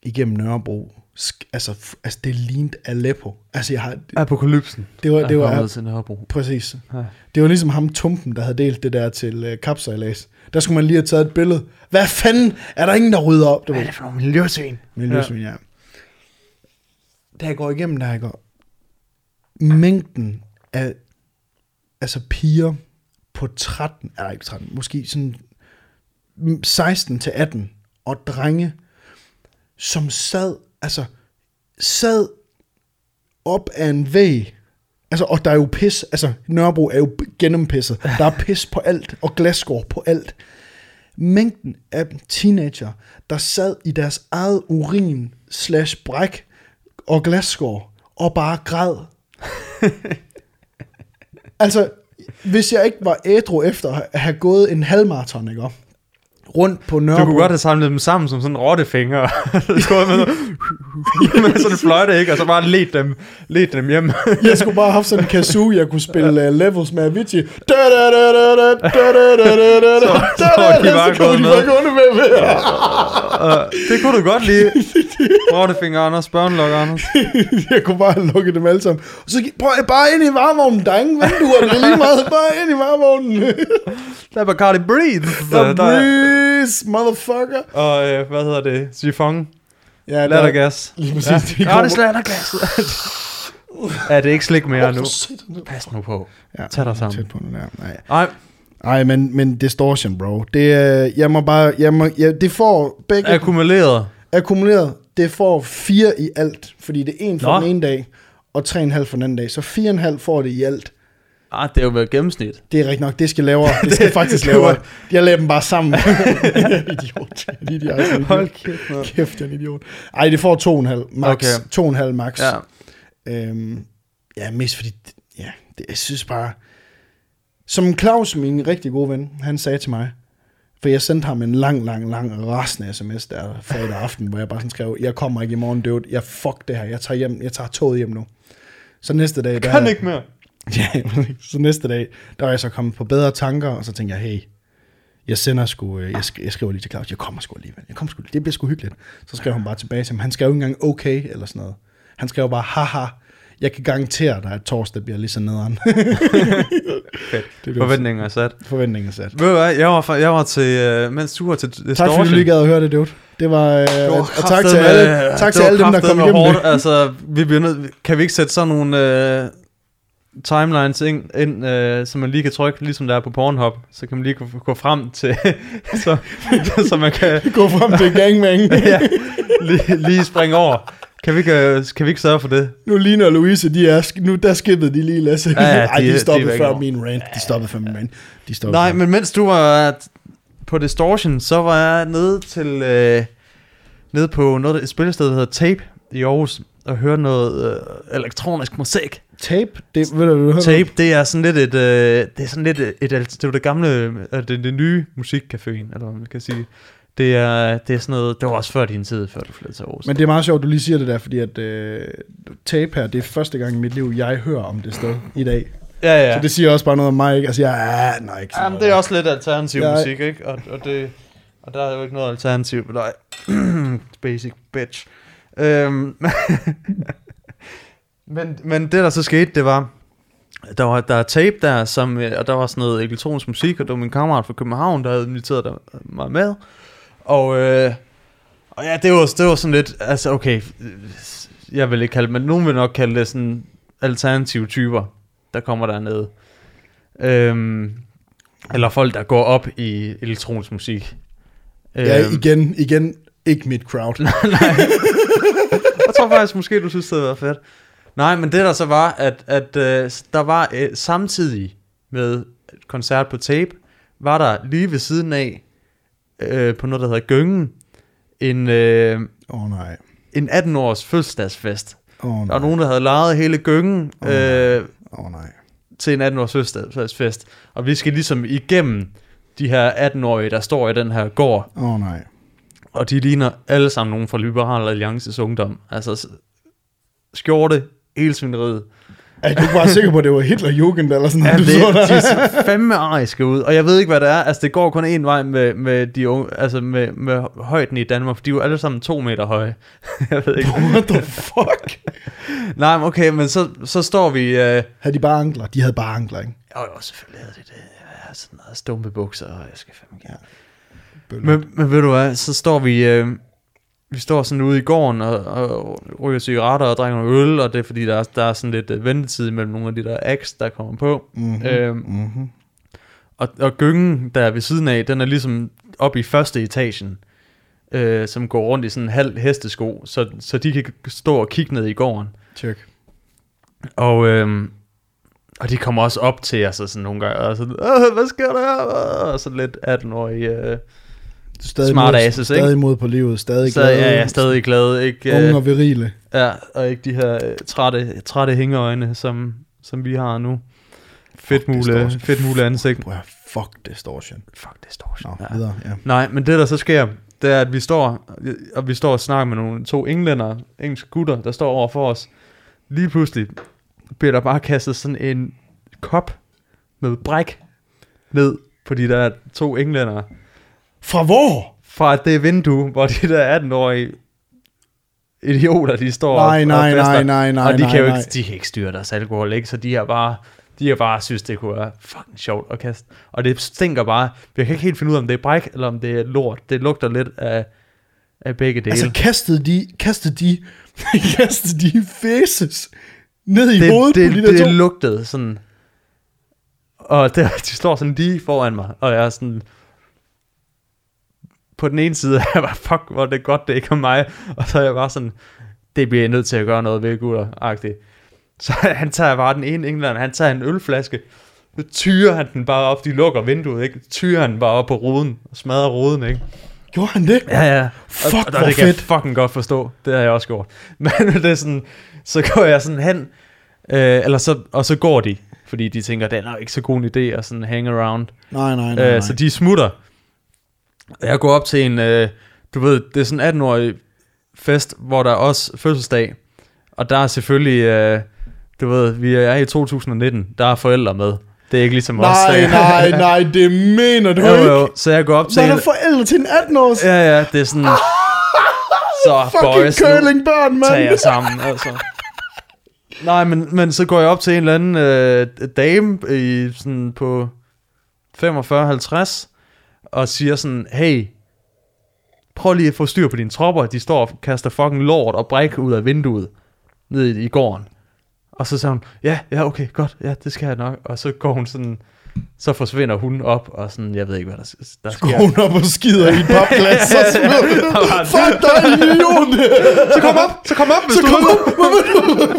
Speaker 1: igennem Nørrebro. Sk- altså, f- altså, det lignede Aleppo. Altså, jeg har...
Speaker 2: Apokalypsen.
Speaker 1: Det var, det var,
Speaker 2: til Nørrebro.
Speaker 1: præcis.
Speaker 2: Ja.
Speaker 1: Det var ligesom ham Tumpen, der havde delt det der til uh, kapsejlads. Der skulle man lige have taget et billede. Hvad fanden? Er der ingen, der rydder op?
Speaker 2: Hvad er det for nogle miljøsvin?
Speaker 1: Miljøsvin, ja. ja. Da jeg går igennem, der jeg går... Mængden af altså piger på tretten, eller ikke tretten, måske sådan seksten til atten, og drenge, som sad, altså sad op af en væg, altså, og der er jo pis, altså Nørrebro er jo gennempisset, der er pis på alt, og glasskår på alt. Mængden af teenager, der sad i deres eget urin slash bræk og glasskår, og bare græd. Altså, hvis jeg ikke var ædru efter at have gået en halvmarathon, ikke? Rundt på Nørrebro.
Speaker 2: Du kunne godt have samlet dem sammen som sådan en rottefinger. Skåret med, med sådan en fløjte, ikke? Og så bare ledt dem, ledt dem hjem.
Speaker 1: Jeg skulle bare have sådan en kazoo, jeg kunne spille ja. uh, levels med Avicii. Så
Speaker 2: så var de bare gået med. Det kunne du godt lide. Rottefinger Anders, børnelokker Anders.
Speaker 1: Jeg kunne bare have lukket dem alle sammen. Og så prøv bare ind i varevognen. Der er ingen vinduer, det er lige meget. Bare ind i varevognen.
Speaker 2: Der er Bacardi Breathe.
Speaker 1: Der Breeze, motherfucker.
Speaker 2: Og øh, hvad hedder det? Siphon.
Speaker 1: Ja,
Speaker 2: lattergas.
Speaker 1: Lige præcis.
Speaker 2: Ja, gratis lattergas. Er det ikke slik mere nu? Pas nu på.
Speaker 1: Ja,
Speaker 2: tag dig sammen.
Speaker 1: Tæt på nu der. Nej.
Speaker 2: Nej.
Speaker 1: Nej, men, men distortion, bro. Det, øh, jeg må bare, jeg må, jeg, det får begge...
Speaker 2: Akkumuleret.
Speaker 1: Akkumuleret. Det får fire i alt, fordi det er en for
Speaker 2: Nå.
Speaker 1: den ene dag, og tre og en halv for den anden dag. Så fire og en halv får det i alt.
Speaker 2: Ah, det er jo været gennemsnit.
Speaker 1: Det er rigtigt nok, det skal lavere. Det skal faktisk lavere. Jeg laver dem bare sammen. Idiot. Idiot.
Speaker 2: Hold kæft, man.
Speaker 1: Kæft, jeg er en idiot. Ej, det får to og en halv max.
Speaker 2: Okay.
Speaker 1: To og en halv max.
Speaker 2: Ja.
Speaker 1: Øhm, ja, mest fordi, ja, det, jeg synes bare... Som Claus, min rigtig gode ven, han sagde til mig, for jeg sendte ham en lang, lang, lang rasende sms der fredag aften, hvor jeg bare sådan skrev, jeg kommer ikke i morgen, dude. Jeg fuck det her, jeg tager hjem, jeg tager toget hjem nu. Så næste dag...
Speaker 2: Kan
Speaker 1: der,
Speaker 2: ikke mere.
Speaker 1: Ja, så næste dag, der var jeg så kommet på bedre tanker, og så tænkte jeg, hey, jeg sender sgu, jeg, sk- jeg skriver lige til Claus, jeg kommer sgu alligevel, jeg kommer sgu, det bliver sgu hyggeligt. Så skrev han bare tilbage til ham, han skrev ikke engang okay, eller sådan noget. Han skrev bare, haha, jeg kan garantere dig, at torsdag bliver lige så nederen.
Speaker 2: Fedt. Forventninger er sat.
Speaker 1: Forventninger er sat.
Speaker 2: Ved du hvad, jeg var, jeg var til, uh, mens du var til Distortion.
Speaker 1: Tak fordi du lige gad at høre det, dude. Det var, uh,
Speaker 2: det var
Speaker 1: og tak til alle, tak til alle dem, der kom igennem
Speaker 2: hårdt.
Speaker 1: det.
Speaker 2: Altså, vi bliver nødt, kan vi ikke sætte sådan nogle... Uh, timelines ind, ind øh, så man lige kan trykke, ligesom der er på Pornhub, så kan man lige gå, gå frem til, så, så man kan...
Speaker 1: gå frem til gangbang.
Speaker 2: Ja, lige, lige springe over. Kan vi, ikke, kan vi ikke sørge for det?
Speaker 1: Nu Line og Louise, de er, nu der skippede de lige, Lasse.
Speaker 2: Ja, ja,
Speaker 1: Ej, de, de stoppede
Speaker 2: de
Speaker 1: før min rant. De stoppede før min rant. De stoppede
Speaker 2: Nej,
Speaker 1: før.
Speaker 2: men mens du var på Distortion, så var jeg nede til, øh, nede på noget, et spillested, der hedder Tape i Aarhus, og høre noget øh, elektronisk musik.
Speaker 1: Tape? Det, ved du, du
Speaker 2: Tape, det er sådan lidt et, øh, det er sådan lidt et, et, det var det gamle, øh, det, det nye musikcaféen, eller hvad man kan sige. Det er, det er sådan noget, det var også før din tid, før du flyttede til Aarhus.
Speaker 1: Men det er meget sjovt, du lige siger det der, fordi at øh, Tape her, det er første gang i mit liv, jeg hører om det sted i dag.
Speaker 2: Ja, ja.
Speaker 1: Så det siger også bare noget om mig, ikke? Altså, jeg er nej, ikke
Speaker 2: sådan Jamen, det er også lidt alternativ
Speaker 1: jeg...
Speaker 2: musik, ikke? Og, og, det, og der er jo ikke noget alternativ ved dig. Basic bitch. Øhm, men, men det der så skete, det var, der var der er Tape der, som, og der var sådan noget elektronisk musik, og det var min kammerat fra København, der havde inviteret der, mig med. Og, øh, og ja, det var, det var sådan lidt, altså okay, jeg vil ikke kalde det, men nogen vil nok kalde det sådan alternative typer, der kommer dernede. Øhm, eller folk, der går op i elektronisk musik.
Speaker 1: Ja,
Speaker 2: øhm,
Speaker 1: igen, igen, ikke mit crowd.
Speaker 2: nej, jeg tror faktisk, måske du synes, det var fedt. Nej, men det der så var, at, at øh, der var øh, samtidig med et koncert på Tape, var der lige ved siden af, øh, på noget, der hedder Gyngen, en, øh,
Speaker 1: oh, nej.
Speaker 2: en atten-års fødselsdagsfest.
Speaker 1: Oh,
Speaker 2: der var nogen, der havde lejet hele Gyngen
Speaker 1: oh,
Speaker 2: øh,
Speaker 1: oh, nej.
Speaker 2: til en atten-års fødselsdagsfest. Og vi skal ligesom igennem de her atten-årige, der står i den her gård.
Speaker 1: Åh oh, nej.
Speaker 2: Og de ligner alle sammen nogen fra Liberal Alliances ungdom. Altså skjorte, hele svineriet.
Speaker 1: Er du ikke bare sikker på, at det var Hitlerjugend eller sådan
Speaker 2: Ja,
Speaker 1: noget?
Speaker 2: det, de ser fandme ariske ud. Og jeg ved ikke, hvad det er. Altså, det går kun en vej med, med, de unge, altså med, med højden i Danmark, for de er jo alle sammen to meter høje. Jeg ved ikke.
Speaker 1: What the fuck?
Speaker 2: Nej, men okay, men så, så står vi... Uh...
Speaker 1: Havde de bare ankler? De havde bare ankler, ikke?
Speaker 2: Jo, jo, selvfølgelig havde de det. Jeg har sådan noget stumpe bukser, og jeg skal fandme gerne.
Speaker 1: Ja.
Speaker 2: Men, men ved du hvad, så står vi... Uh... Vi står sådan ude i gården og, og ryger cigaretter og drikker noget øl, og det er fordi, der er, der er sådan lidt uh, ventetid mellem nogle af de der acts, der kommer på.
Speaker 1: Mm-hmm.
Speaker 2: Øhm,
Speaker 1: mm-hmm.
Speaker 2: Og, og gyngen, der er ved siden af, den er ligesom oppe i første etagen, øh, som går rundt i sådan en halv hestesko, så, så de kan stå og kigge ned i gården.
Speaker 1: Check.
Speaker 2: Og, øh, og de kommer også op til os sådan nogle gange, og sådan, Åh, hvad sker der her? Og så lidt atten-årige... Øh, smart asses, ikke?
Speaker 1: Stadig mod på livet, stadig
Speaker 2: glade.
Speaker 1: glade.
Speaker 2: Ja, ja, stadig glade, ikke?
Speaker 1: Unge og virile.
Speaker 2: Ja, og ikke de her uh, trætte, trætte hængeøjne, som, som vi har nu. Fedt mule, fedt mule ansigt.
Speaker 1: Prøv at fuck distortion.
Speaker 2: Fuck distortion.
Speaker 1: Nå,
Speaker 2: ja.
Speaker 1: videre, ja.
Speaker 2: Nej, men det der så sker, det er, at vi står, og vi står og snakker med nogle to englænder, engelske gutter, der står over for os. Lige pludselig bliver der bare kastet sådan en kop med bræk ned på de der to englænder.
Speaker 1: Fra hvor?
Speaker 2: Fra det vindue, hvor de der atten-årige idioter, de står
Speaker 1: nej,
Speaker 2: og,
Speaker 1: nej,
Speaker 2: og fester.
Speaker 1: nej, nej, nej,
Speaker 2: og de
Speaker 1: nej,
Speaker 2: kan jo
Speaker 1: nej.
Speaker 2: ikke, de kan ikke styre deres alkohol, ikke? Så de har bare, de har bare synes, det kunne være fucking sjovt at kaste. Og det stinker bare. Vi kan ikke helt finde ud af, om det er bræk, eller om det er lort. Det lugter lidt af, af begge dele.
Speaker 1: Altså kastede de, kastede de, kastede de fæses ned i
Speaker 2: det,
Speaker 1: hovedet
Speaker 2: det,
Speaker 1: på de der
Speaker 2: det
Speaker 1: to?
Speaker 2: Det lugtede sådan. Og der, de står sådan lige foran mig, og jeg er sådan... På den ene side er jeg bare, fuck, hvor det er godt, det ikke er mig. Og så er jeg bare sådan, det bliver jeg nødt til at gøre noget ved, gutter-agtigt. Så han tager bare den ene englænder, han tager en ølflaske, så tyrer han den bare op, de lukker vinduet, ikke? Tyrer han bare op på ruden, og smadrer ruden, ikke?
Speaker 1: Gjorde han det?
Speaker 2: Ja, ja.
Speaker 1: Fuck,
Speaker 2: og, og
Speaker 1: hvor
Speaker 2: det kan
Speaker 1: fedt.
Speaker 2: jeg fucking godt forstå. Det har jeg også gjort. Men det er sådan, så går jeg sådan hen, øh, eller så, og så går de, fordi de tænker, det er nok ikke så god en idé at sådan hang around.
Speaker 1: Nej, nej, nej.
Speaker 2: Øh, så de smutter. Jeg går op til en, øh, du ved, det er sådan en atten-årig fest, hvor der er også fødselsdag, og der er selvfølgelig, øh, du ved, vi er i to tusind nitten, der er forældre med. Det er ikke ligesom
Speaker 1: nej,
Speaker 2: os.
Speaker 1: Nej, nej, nej, det mener du
Speaker 2: jo,
Speaker 1: ikke.
Speaker 2: jo. Så jeg går op til
Speaker 1: Var
Speaker 2: en...
Speaker 1: der forældre til en atten-års?
Speaker 2: Ja, ja, det er sådan... Så boys,
Speaker 1: fucking curlingbørn, mand.
Speaker 2: Tager jeg sammen, altså. Nej, men, men så går jeg op til en eller anden øh, dame i sådan på femogfyrre halvtreds og siger sådan, hey, prøv lige at få styr på dine tropper, de står og kaster fucking lort og bræk ud af vinduet ned i, i gården. Og så siger hun, ja, ja, okay, godt, ja, det skal jeg nok. Og så går hun sådan, så forsvinder hun op, og sådan, jeg ved ikke, hvad der, der sker.
Speaker 1: Så går hun op og skider i et papglas, så smider fuck dig, idiot!
Speaker 2: Så kom op, så kom op, hvis
Speaker 1: så
Speaker 2: du
Speaker 1: kom op,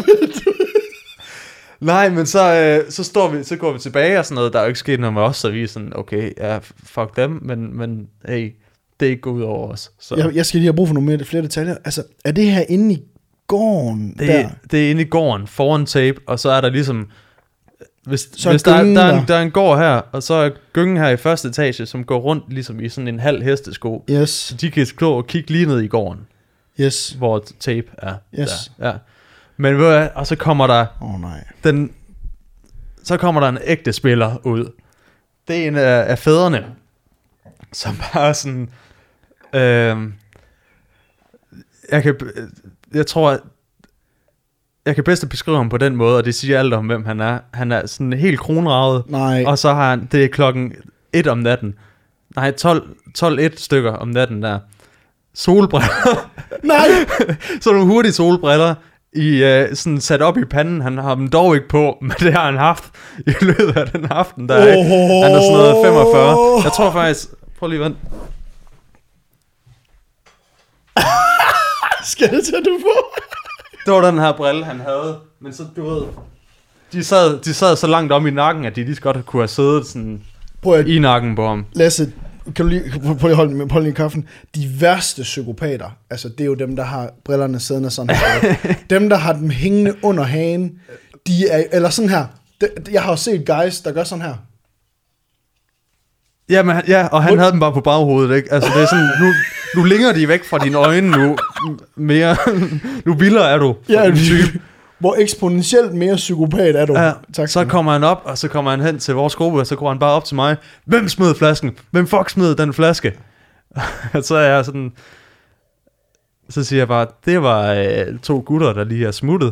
Speaker 2: Nej, men så, øh, så, står vi, så går vi tilbage og sådan noget, der er jo ikke sket noget med os, så vi er sådan, okay, ja, fuck dem, men, men hey, det er ikke gået ud over os. Så.
Speaker 1: Jeg, jeg skal lige have brug for nogle mere, flere detaljer. Altså, er det her inde i gården
Speaker 2: det,
Speaker 1: der?
Speaker 2: det er inde i gården, foran tape, og så er der ligesom, hvis,
Speaker 1: så
Speaker 2: hvis der, er, der, er en,
Speaker 1: der.
Speaker 2: der er en gård her, og så er gyngen her i første etage, som går rundt ligesom i sådan en halv hestesko.
Speaker 1: Yes.
Speaker 2: Så de kan stå og kigge lige ned i gården.
Speaker 1: Yes.
Speaker 2: Hvor tape er.
Speaker 1: Yes.
Speaker 2: Der. Ja. Men ved du hvad, og så kommer der
Speaker 1: Åh oh, nej.
Speaker 2: den, så kommer der en ægte spiller ud. Det er en af, af fædrene, som bare sådan, øh, jeg kan, jeg tror, at jeg kan bedst beskrive ham på den måde, og det siger alt om, hvem han er. Han er sådan helt kronravet,
Speaker 1: Nej.
Speaker 2: og så har han, det er klokken et om natten. Nej, tolv et stykker om natten der. Solbriller.
Speaker 1: Nej.
Speaker 2: Så nogle hurtige solbriller, i, uh, sådan sat op i panden. Han har dem dog ikke på, men det har han haft i løbet af den aften. Der er, oh. Han er sådan noget femogfyrre. Jeg tror faktisk, prøv lige at vente.
Speaker 1: Skal det tage du på?
Speaker 2: Det var den her brille, han havde. Men så, du ved, de sad, de sad så langt om i nakken, at de lige så godt kunne have siddet sådan
Speaker 1: at,
Speaker 2: i nakken på ham.
Speaker 1: Lasse, kan du lige, prøv lige at holde, holde i kaffen. De værste psykopater, altså det er jo dem, der har brillerne siddende sådan her. Dem, der har dem hængende under hagen, de er, eller sådan her. De, jeg har jo set guys, der gør sådan her.
Speaker 2: Ja, men, ja, og han Hvor... havde dem bare på baghovedet, ikke? Altså det er sådan, nu, nu længer de væk fra dine øjne nu, mere, nu vildere er du.
Speaker 1: Ja, type. hvor eksponentielt mere psykopat er du.
Speaker 2: Ja,
Speaker 1: tak.
Speaker 2: Så kommer han op, og så kommer han hen til vores gruppe, og så går han bare op til mig. Hvem smed flasken? Hvem fuck smed den flaske? Og så er jeg sådan... Så siger jeg bare, det var øh, to gutter, der lige er smuttet.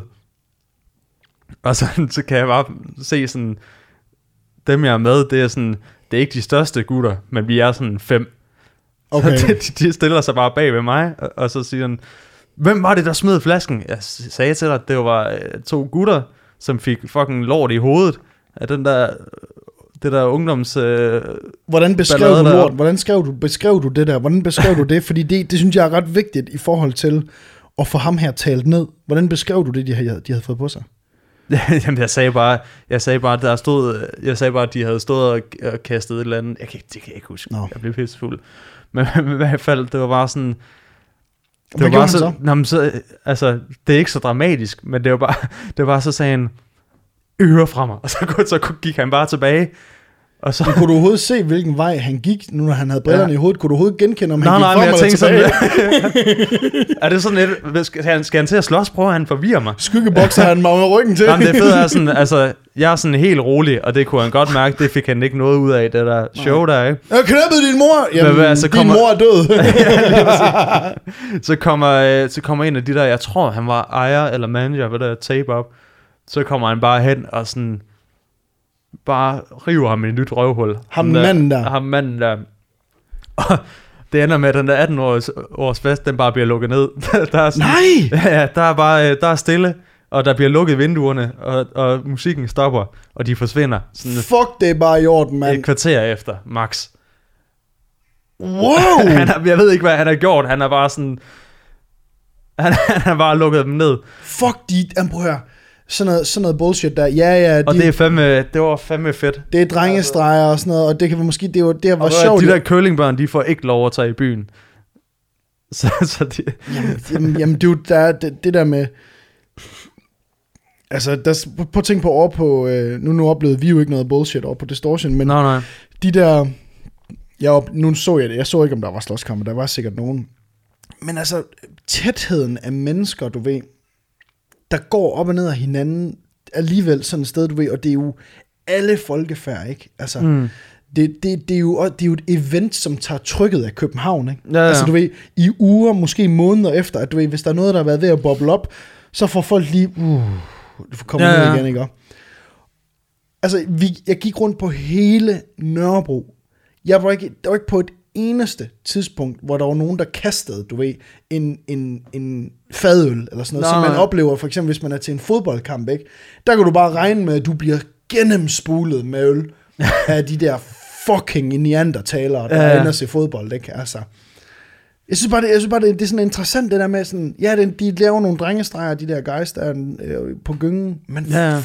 Speaker 2: Og så, så kan jeg bare se sådan... Dem jeg er med, det er sådan... Det er ikke de største gutter, men vi er sådan fem.
Speaker 1: Okay.
Speaker 2: de, de stiller sig bare bag ved mig, og, og så siger han... Hvem var det, der smed flasken? Jeg sagde til dig, at det var øh, to gutter, som fik fucking lort i hovedet af den der, det der ungdoms... Øh,
Speaker 1: Hvordan beskrev du lort? Hvordan skrev du, beskrev du det der? Hvordan beskrev du det? Fordi det, det synes jeg er ret vigtigt i forhold til at få ham her talt ned. Hvordan beskrev du det, de havde, de havde fået på sig?
Speaker 2: Jamen, jeg sagde bare, jeg sagde bare, der stod, jeg sagde bare, at de havde stået og, og kastet et eller andet. Jeg kan, det kan jeg ikke huske. No. Jeg blev pissefuld. Men i hvert fald, det var bare sådan... Det
Speaker 1: Hvad
Speaker 2: var bare så,
Speaker 1: så?
Speaker 2: Nå, så, altså, det er ikke så dramatisk, men det var bare, det var så sagde han, øre fra mig, og så, så gik han bare tilbage. Og så...
Speaker 1: Men kunne du overhovedet se, hvilken vej han gik, nu når han havde brillerne ja. i hovedet? Kunne du overhovedet genkende, om
Speaker 2: nej,
Speaker 1: han
Speaker 2: nej,
Speaker 1: gik frem eller tilbage?
Speaker 2: Sådan, er det sådan lidt, skal han, skal han til at slås? Prøver han forvirrer mig?
Speaker 1: Skyggebokser han mig med ryggen til.
Speaker 2: Jamen, det fede er sådan, altså, jeg er sådan helt rolig, og det kunne han godt mærke, det fik han ikke noget ud af, det der show der, ikke?
Speaker 1: Jeg knappede din mor! Jamen,
Speaker 2: men, altså,
Speaker 1: din
Speaker 2: kommer...
Speaker 1: mor er død.
Speaker 2: ja, så, kommer, så kommer en af de der, jeg tror, han var ejer eller manager, hvad der tape op, så kommer han bare hen og sådan... bare river ham i et nyt røvhul.
Speaker 1: Ham manden der.
Speaker 2: Ham manden der. Og det ender med, at den der atten års, års fest, den bare bliver lukket ned. der er sådan,
Speaker 1: Nej!
Speaker 2: Ja, der er bare der er stille, og der bliver lukket vinduerne, og, og musikken stopper, og de forsvinder. Sådan
Speaker 1: Fuck, det er bare i orden, mand.
Speaker 2: Et kvarter efter, max.
Speaker 1: Wow!
Speaker 2: han er, jeg ved ikke, hvad han har gjort. Han er bare sådan... Han, han har bare lukket dem ned.
Speaker 1: Fuck, de... Jamen, prøv at høre. Sådan noget, sådan noget bullshit der. Ja, ja. De,
Speaker 2: og det er fandme, det var fandme fedt.
Speaker 1: Det er drengestreger og sådan noget, og det kan måske, det var, det var sjovt.
Speaker 2: De der curlingbørn, de får ikke lov at tage i byen. Så, så de...
Speaker 1: Jamen, jamen, jamen dude, der, det, det der med... Altså, der, prøv at tænke på over på... Øh, nu, nu oplevede vi jo ikke noget bullshit over på Distortion, men
Speaker 2: nej, nej.
Speaker 1: De der... Jeg, nu så jeg det. Jeg så ikke, om der var slåskampe. Der var sikkert nogen. Men altså, tætheden af mennesker, du ved... der går op og ned af hinanden, alligevel sådan et sted, du ved, og det er jo alle folkefærd, ikke? Altså, mm. det, det, det, er jo, det er jo et event, som tager trykket af København, ikke?
Speaker 2: Ja, ja.
Speaker 1: Altså, du ved, i uger, måske måneder efter, at du ved, hvis der er noget, der har været ved at boble op, så får folk lige, uh, du får komme ja, ned ja. igen, ikke? Altså, vi, jeg gik rundt på hele Nørrebro. Jeg var ikke, der var ikke på et eneste tidspunkt, hvor der var nogen, der kastede, du ved, en, en, en fadøl, eller sådan noget, som man oplever, for eksempel, hvis man er til en fodboldkamp, ikke? Der kan du bare regne med, at du bliver gennemspulet med øl af de der fucking neandertalere, der ja, ja. ender til fodbold, ikke? Altså, jeg synes bare, det, jeg synes bare det, det er sådan interessant, det der med sådan, ja, det, de laver nogle drengestreger, de der guys, der er øh, på gyngen, men ja.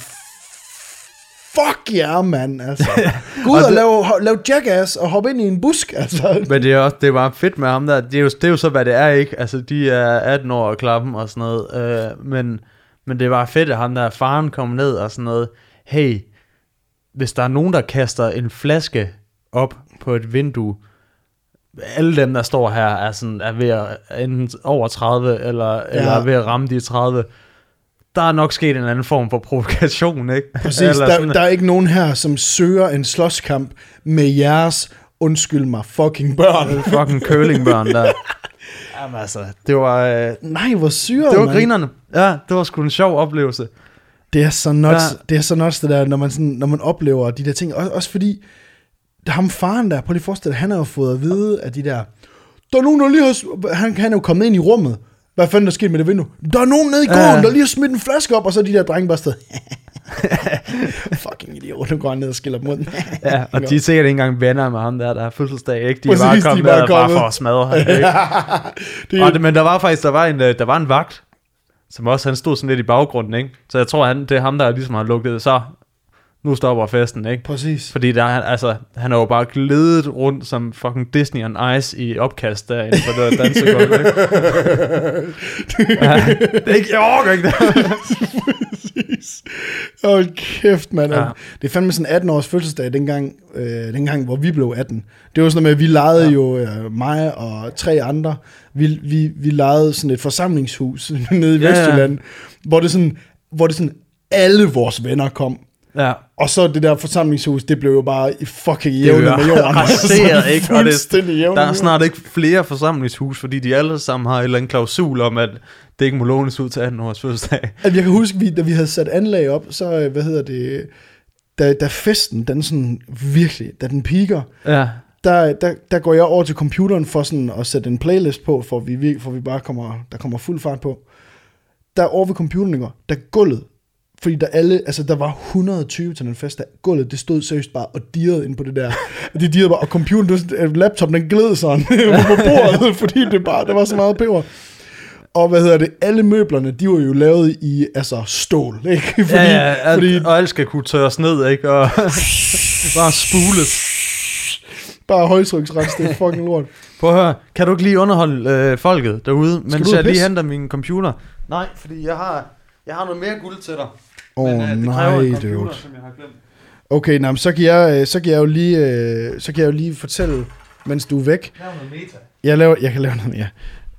Speaker 1: Fuck ja, yeah, mand, altså. Gå ud og, og lave, lave jackass og hoppe ind i en busk, altså.
Speaker 2: Men det er også, det var fedt med ham der. Det er, jo, det er jo så, hvad det er, ikke? Altså, de er atten år og klappen og sådan noget. Øh, men, men det var fedt, at ham der faren kom ned og sådan noget. Hey, hvis der er nogen, der kaster en flaske op på et vindue, alle dem, der står her, er, sådan, er ved at enten over tredive, eller, ja. eller er ved at ramme de tredive. Der er nok sket en anden form for provokation, ikke?
Speaker 1: Præcis, der, der er ikke nogen her, som søger en slåskamp med jeres, undskyld mig, fucking børn.
Speaker 2: Fucking curlingbørn der. Jamen altså, det var... Øh,
Speaker 1: Nej, hvor syret,
Speaker 2: det var man. Grinerne. Ja, det var sgu en sjov oplevelse.
Speaker 1: Det er så nuts, ja. det er så nuts det der, når man, sådan, når man oplever de der ting. Også, også fordi, der ham faren der, prøv lige at forestille dig, han har jo fået at vide, at de der... Der er nogen, der lige har... Han, han er jo kommet ind i rummet. Hvad fanden der skete med det vindue? Der er nogen nede i gården, ja. der lige har smidt en flaske op, og så er de der drenge bare sted. Fucking idiot, nu går han ned og skiller dem ud.
Speaker 2: Ja, og de er sikkert ikke engang venner med ham der, der har fødselsdag, ikke? De er bare kommet der bare for at smadre ham, ikke? det... Og det, men der var faktisk, der var en, der var en vagt, som også, han stod sådan lidt i baggrunden, ikke? Så jeg tror, han, det er ham, der ligesom har lukket, så nu stopper festen, ikke?
Speaker 1: Præcis.
Speaker 2: Fordi der, altså, han har jo bare glædet rundt som fucking Disney on Ice i opkast derinde for det dansegulv, ikke? Ja, det er ikke, jeg orker ikke det.
Speaker 1: Præcis. Hold kæft, mand. Ja. Det er fandme sådan atten års fødselsdag, dengang, øh, dengang, hvor vi blev atten. Det var sådan noget med, at vi lejede ja. jo, øh, mig og tre andre, vi, vi, vi lejede sådan et forsamlingshus nede i ja, Vestjylland, ja. hvor det sådan...
Speaker 3: hvor det sådan, alle vores venner kom.
Speaker 2: Ja.
Speaker 3: Og så det der forsamlingshus, det blev jo bare i fucking jævne med jorden.
Speaker 2: Raseret, ikke? Og det,
Speaker 3: jævne
Speaker 2: der er snart ikke flere forsamlingshus, fordi de alle sammen har et eller andet klausul om, at det ikke må lånes ud til atten års fødselsdag.
Speaker 3: Jeg kan huske, da vi havde sat anlag op, så, hvad hedder det, da, da festen, den sådan virkelig, da den piker,
Speaker 2: ja.
Speaker 3: der, der, der går jeg over til computeren for sådan at sætte en playlist på, for vi, for vi bare kommer, der kommer fuld fart på. Der over ved computeren, ikke? Der gulvet, fordi der alle, altså der var et hundrede og tyve til den fest, der gulvet, det stod seriøst bare og dirrede ind på det der. Det dirrede bare, og computeren, laptopen, den gled sådan på bordet, fordi det bare, der var så meget peber. Og hvad hedder det, alle møblerne, de var jo lavet i, altså, stål, ikke? Fordi,
Speaker 2: ja, ja, alt,
Speaker 3: fordi,
Speaker 2: og alt skal kunne tørres ned, ikke? Og bare spules.
Speaker 3: Bare højtryksrens, det er fucking lort.
Speaker 2: Prøv at høre, kan du ikke lige underholde øh, folket derude, mens jeg lige
Speaker 3: pisse?
Speaker 2: henter min computer? Nej, fordi jeg har, jeg har noget mere guld til dig.
Speaker 3: Åh oh,
Speaker 2: men, øh, det
Speaker 3: nej,
Speaker 2: en computer,
Speaker 3: dude.
Speaker 2: som jeg har glemt.
Speaker 3: Okay, nej, så kan jeg, så kan jeg jo lige, så kan jeg jo lige fortælle, mens du er væk.
Speaker 2: Lav noget meta.
Speaker 3: Jeg laver, jeg kan lave noget mere.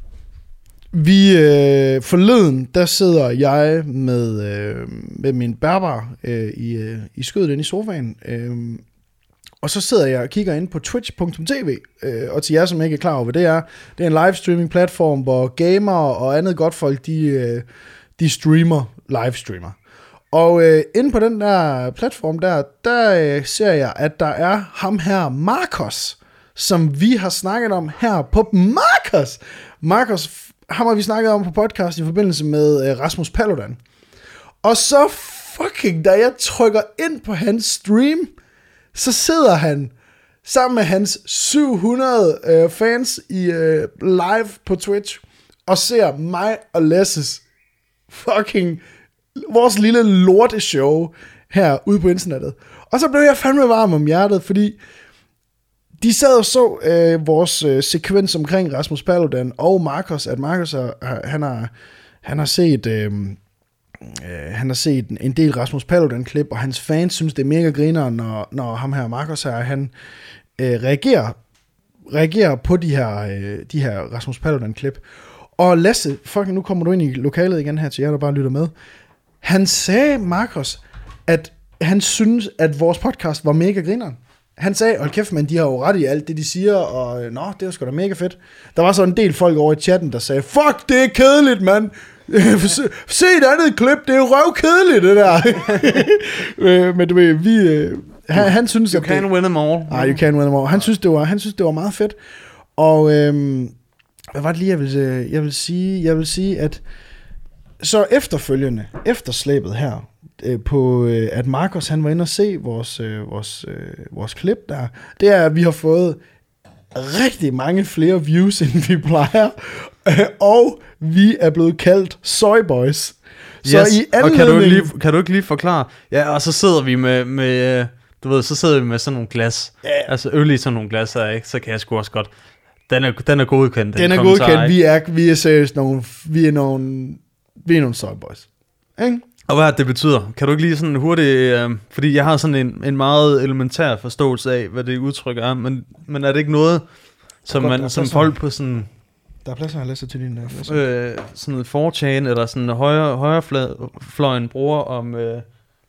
Speaker 3: Vi øh, forleden, der sidder jeg med, øh, med min bærbar øh, i, øh, i skødet inde i sofaen, øh, og så sidder jeg og kigger ind på twitch punktum t v, øh, og til jer, som ikke er klar over, hvad det er, det er en livestreaming platform, hvor gamere og andet godt folk, de, øh, de streamer, livestreamer. Og øh, inde på den der platform der, der øh, ser jeg, at der er ham her, Marcos, som vi har snakket om her på Marcos. Marcos, ham har vi snakket om på podcast i forbindelse med øh, Rasmus Paludan. Og så fucking, da jeg trykker ind på hans stream, så sidder han sammen med hans syv hundrede øh, fans i øh, live på Twitch, og ser mig og Lasses fucking, vores lille lorteshow her ude på internettet. Og så blev jeg fandme varm om hjertet, fordi de sad og så øh, vores øh, sekvens omkring Rasmus Paludan og Marcos, at Marcos har, han har, han har set... Øh, Uh, han har set en del Rasmus Paludan-klip, og hans fans synes, det er mega griner, når, når ham her, Marcos her, han uh, reagerer, reagerer på de her, uh, de her Rasmus Paludan-klip. Og Lasse, fucking, nu kommer du ind i lokalet igen her til jer, der bare lytter med. Han sagde, Marcos, at han synes, at vores podcast var mega grineren. Han sagde, hold kæft, men de har jo ret i alt det, de siger, og nå, det var sgu da mega fedt. Der var så en del folk over i chatten, der sagde, fuck, det er kedeligt, mand. se, se et andet klip, det er jo røvkedeligt, det der. Men du ved, vi... Han, han synes,
Speaker 2: you can't
Speaker 3: det,
Speaker 2: win them all.
Speaker 3: Nej, you can't win them all. Han synes, det var, han synes, det var meget fedt. Og øhm, hvad var det lige, jeg ville, jeg vil sige? Jeg vil sige, at så efterfølgende, efterslæbet her, på at Marcos han var inde og se vores, vores, vores klip der, det er, at vi har fået rigtig mange flere views, end vi plejer, og vi er blevet kaldt Soy Boys.
Speaker 2: Så yes. I anledning... Og kan du, ikke lige, kan du ikke lige forklare? Ja, og så sidder vi med, med du ved, så sidder vi med sådan nogle glas, yeah. altså øl i sådan nogle glas her, ikke? Så kan jeg sgu også godt. Den er, den er godkendt.
Speaker 3: Den, den er godkendt. Vi er, vi er seriøst nogle, vi er nogle, vi er nogle Soy Boys. Ikke?
Speaker 2: Og hvad det betyder? Kan du ikke lige sådan hurtigt, øh, fordi jeg har sådan en, en meget elementær forståelse af, hvad det udtryk er, men, men er det ikke noget, som, godt, man, som folk på sådan...
Speaker 3: Der er plads, jeg læser til din der.
Speaker 2: Øh, sådan noget four chan eller sådan højre, højrefløjen bruger om... Øh,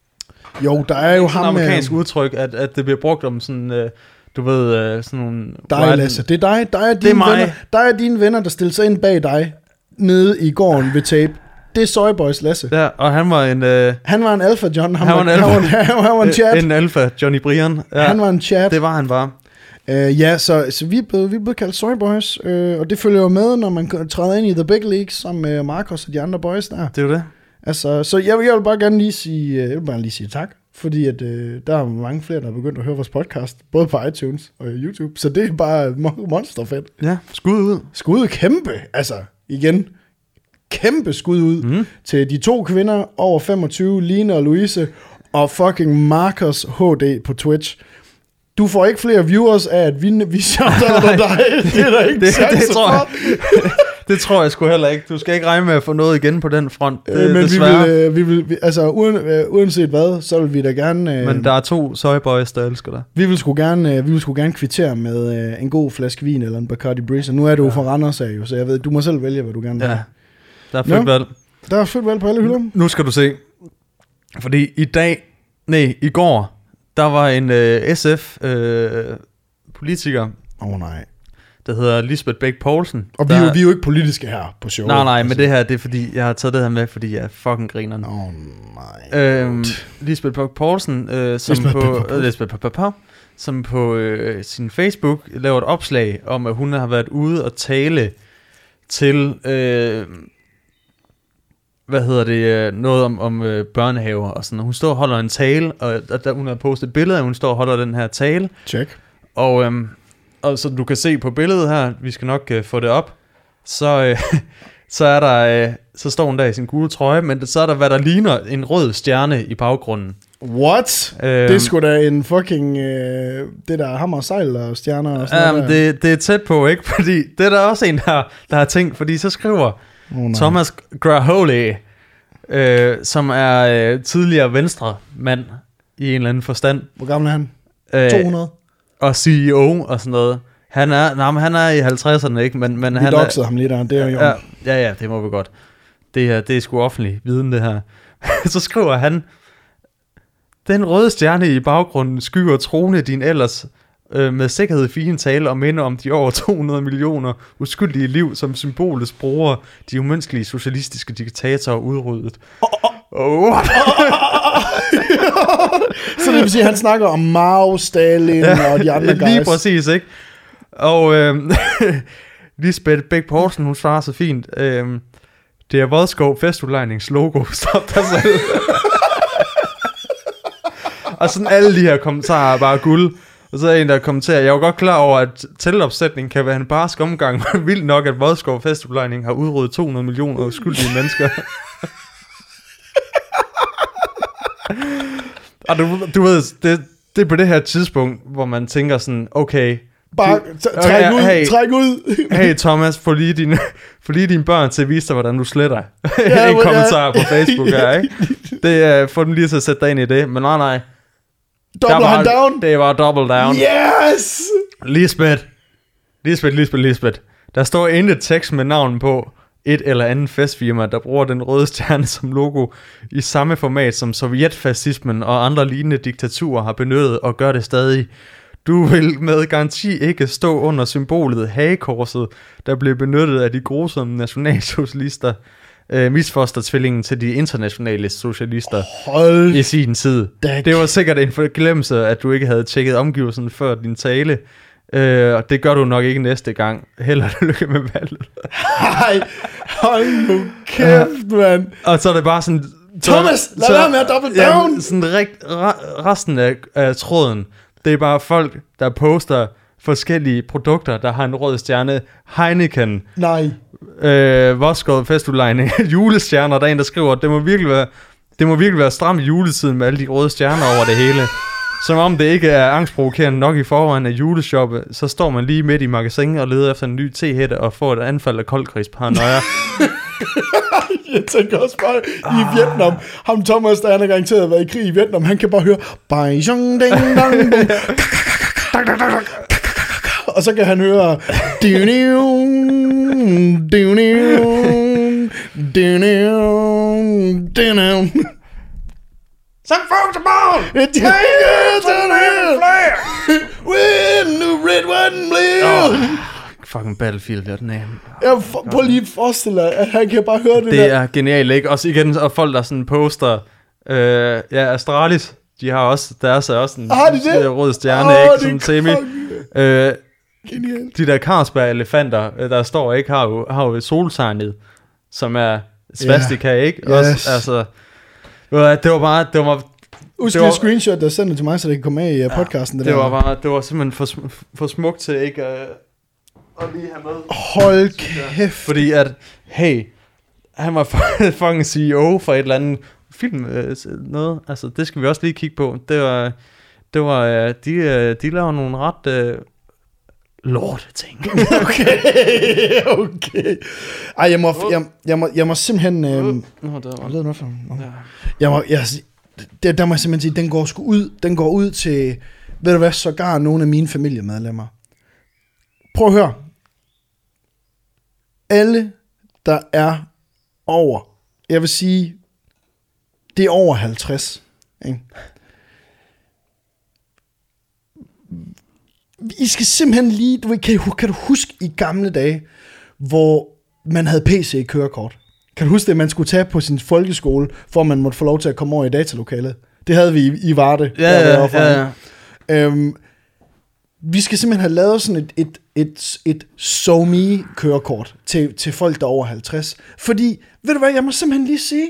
Speaker 3: jo, der er jo ham...
Speaker 2: amerikansk øh, udtryk, at, at det bliver brugt om sådan... Øh, du ved, øh, sådan nogle...
Speaker 3: Dig, Lasse. Det er dig. Der er, dine venner, der er dine venner, der stiller sig ind bag dig, nede i gården ved tape. Det er Soy Boys Lasse.
Speaker 2: Ja, og han var en... Øh,
Speaker 3: han var en alfa John. Han,
Speaker 2: han var en alfa.
Speaker 3: Han var, han var, han var en chat.
Speaker 2: En alfa Johnny Brian. Ja,
Speaker 3: han var en chat.
Speaker 2: Det var han bare.
Speaker 3: Uh, ja, så, så vi er blevet, vi er blevet kaldt Soy Boys, uh, og det følger jo med, når man træder ind i The Big League sammen med Marcos og de andre boys der.
Speaker 2: Det er jo det.
Speaker 3: Altså, så jeg vil, jeg vil bare gerne lige sige, jeg vil bare lige sige tak, fordi at, uh, der er mange flere, der er begyndt at høre vores podcast, både på iTunes og YouTube, så det er bare monsterfedt.
Speaker 2: Ja, skud ud.
Speaker 3: Skud kæmpe, altså igen, kæmpe skud ud mm. til de to kvinder over femogtyve, Line og Louise, og fucking Marcos H D på Twitch. Du får ikke flere viewers af, at vi, vi shouter dig. Det er der ikke
Speaker 2: det, det, tror jeg, det tror jeg sgu heller ikke. Du skal ikke regne med at få noget igen på den front. Det,
Speaker 3: øh, men
Speaker 2: desværre.
Speaker 3: vi vil, øh, vi vil vi, altså uden, øh, uanset hvad, så vil vi da gerne... Øh,
Speaker 2: men der er to Soy Boys, der elsker dig.
Speaker 3: Vi vil sgu gerne, øh, vi vil sgu gerne kvittere med øh, en god flaske vin eller en Bacardi Breezer. Nu er du ja. fra Randers af jo, så jeg ved, du må selv vælge, hvad du gerne vil.
Speaker 2: Ja, der er fedt valg.
Speaker 3: Der er fedt valg på alle hylder.
Speaker 2: Nu skal du se. Fordi i dag, nej, i går, der var en øh, S F-politiker,
Speaker 3: Åh oh, nej.
Speaker 2: der hedder Lisbeth Bech Poulsen.
Speaker 3: Og vi,
Speaker 2: der,
Speaker 3: er jo, vi er jo ikke politiske her på showet.
Speaker 2: Nej, nej, altså. Men det her, det er fordi, jeg har taget det her med, fordi jeg er fucking grineren.
Speaker 3: Åh oh, nej.
Speaker 2: Øhm, Lisbeth Bech Poulsen, øh, som
Speaker 3: Lisbeth
Speaker 2: på,
Speaker 3: Bech
Speaker 2: øh, Lisbeth Bech Poulsen, som på øh, sin Facebook laver et opslag om, at hun har været ude og tale til, øh, hvad hedder det, noget om, om øh, børnehaver og sådan. Hun står og holder en tale, og, og der, hun har postet et billede af, hun står og holder den her tale.
Speaker 3: Check.
Speaker 2: Og, øhm, og så du kan se på billedet her, vi skal nok øh, få det op, så, øh, så er der, øh, så står hun der i sin gule trøje, men så er der, hvad der ligner en rød stjerne i baggrunden.
Speaker 3: What?
Speaker 2: Øhm,
Speaker 3: det er sgu da en fucking, øh, det der hammer og sejl og stjerner og sådan
Speaker 2: um,
Speaker 3: noget der.
Speaker 2: det, det er tæt på, ikke? Fordi det er der også en, der, der har tænkt, fordi så skriver
Speaker 3: Oh,
Speaker 2: Thomas Graholi, øh, som er øh, tidligere venstre mand i en eller anden forstand.
Speaker 3: Hvor gammel er han?
Speaker 2: Øh,
Speaker 3: to hundrede?
Speaker 2: Og C E O og sådan noget. Han er, nej, men han er i halvtredserne, ikke? Men, men
Speaker 3: Vi
Speaker 2: han
Speaker 3: doxede ham lige der, det er jo.
Speaker 2: Ja, ja, ja, det må vi godt. Det her, det er sgu offentlig viden, det her. Så skriver han, den røde stjerne i baggrunden skyer trone din ellers øh, med sikkerhed fine tale og minder om de over to hundrede millioner uskyldige liv, som symbolets bruger de umenneskelige socialistiske diktatorer udryddet. Oh, oh. Oh.
Speaker 3: Så det vil sige, at han snakker om Mao, Stalin og de andre guys.
Speaker 2: Lige præcis, ikke? Og øh, Lisbeth Bech Poulsen, hun svarer så fint, øh, det er Vodskov Festudlejnings logo. Stop dig selv. Og sådan alle de her kommentarer er bare guld. Og så er en, der kommenterer, jeg er jo godt klar over, at tilopsætning kan være en barsk omgang, men vildt nok, at Vodskov Festudlejning har udryddet to hundrede millioner uskyldige mennesker. Og du, du ved, det, det er på det her tidspunkt, hvor man tænker sådan, okay,
Speaker 3: bare
Speaker 2: du,
Speaker 3: træk
Speaker 2: okay,
Speaker 3: ud,
Speaker 2: hey,
Speaker 3: træk ud.
Speaker 2: Hey Thomas, få lige dine, få lige dine børn til at vise dig, hvordan du sletter.
Speaker 3: Ja,
Speaker 2: en kommentar
Speaker 3: ja.
Speaker 2: på Facebook her, ikke? Det er, få dem lige til at sætte dig ind i det, men nej, nej.
Speaker 3: Double han down.
Speaker 2: Det var double down.
Speaker 3: Yes!
Speaker 2: Lisbeth. Lisbeth, Lisbeth, Lisbeth. Der står intet tekst med navn på et eller andet festfirma, der bruger den røde stjerne som logo i samme format, som sovjetfascismen og andre lignende diktaturer har benyttet og gør det stadig. Du vil med garanti ikke stå under symbolet hagekorset, der blev benyttet af de grusomme nationalsocialister, øh, misfostertvillingen til de internationale socialister.
Speaker 3: Hold
Speaker 2: i sin tid.
Speaker 3: dæk.
Speaker 2: Det var sikkert en forglemmelse, at du ikke havde tjekket omgivelsen før din tale. Øh, og det gør du nok ikke næste gang. Held og lykke med valget.
Speaker 3: Hej, hold nu kæft, mand.
Speaker 2: Og så er det bare sådan...
Speaker 3: Thomas, lad være med at double down.
Speaker 2: Ja, sådan rigt, re, resten af, af tråden, det er bare folk, der poster forskellige produkter, der har en rød stjerne. Heineken,
Speaker 3: Nej.
Speaker 2: øh, Vodskov Festudlejning, julestjerner, der er en, der skriver, det må virkelig være, det må virkelig være stram i juletiden med alle de røde stjerner over det hele. Som om det ikke er angstprovokerende nok i forvejen af juleshoppe, så står man lige midt i magasinet og leder efter en ny tehætte og får et anfald af koldkrigsparanoia.
Speaker 3: Jeg tænker også bare i ah. Vietnam. Ham Thomas, der er garanteret været i krig i Vietnam, han kan bare høre og så kan han høre
Speaker 2: Some folks are born!
Speaker 3: It's a flare! When the red, white and blue!
Speaker 2: Oh, fucking Battlefield, hvad den er.
Speaker 3: Jeg for, prøv lige at forestille dig, at han kan bare høre det,
Speaker 2: det der. Det er genialt, ikke? Også igen, og folk der sådan poster, øh, ja, Astralis, de har også, deres er også en
Speaker 3: har de det?
Speaker 2: rød stjerne,
Speaker 3: oh,
Speaker 2: ikke? Sådan semi. Øh, de der Carlsberg-elefanter, der står ikke, har jo, har jo soltegnet, som er svastika, yeah. ikke?
Speaker 3: Yes.
Speaker 2: Også, altså, det var bare, det var
Speaker 3: Husk det var, screenshot, der sendte til mig, så det kan komme med i podcasten.
Speaker 2: Det,
Speaker 3: det,
Speaker 2: det
Speaker 3: der.
Speaker 2: var bare, det var simpelthen for, for smukt til ikke uh, at lige have med.
Speaker 3: Hold kæft.
Speaker 2: Fordi at, hey, han var fucking C E O for et eller andet film, øh, noget, altså det skal vi også lige kigge på. Det var, det var, øh, de, øh, de laver nogle ret øh, lorte ting.
Speaker 3: Okay, okay. Ej, jeg må, jeg, jeg må, jeg må simpelthen, øh, Nå, det var noget for, ja. Jeg må, jeg, der, der må jeg simpelthen sige, den går sgu ud, den går ud til, ved du hvad, sågar nogle af mine familiemedlemmer. Prøv at høre. Alle, der er over, jeg vil sige, det er over halvtreds. Ikke? I skal simpelthen lige, du ved, kan, kan du huske i gamle dage, hvor man havde P C i kørekort? Kan du huske det, man skulle tage på sin folkeskole, for man måtte få lov til at komme over i datalokalet? Det havde vi i, i Varde.
Speaker 2: Ja, ja, ja, ja.
Speaker 3: Øhm, vi skal simpelthen have lavet sådan et, et, et, et SoMe-kørekort til, til folk, der er over halvtreds. Fordi, ved du hvad, jeg må simpelthen lige sige,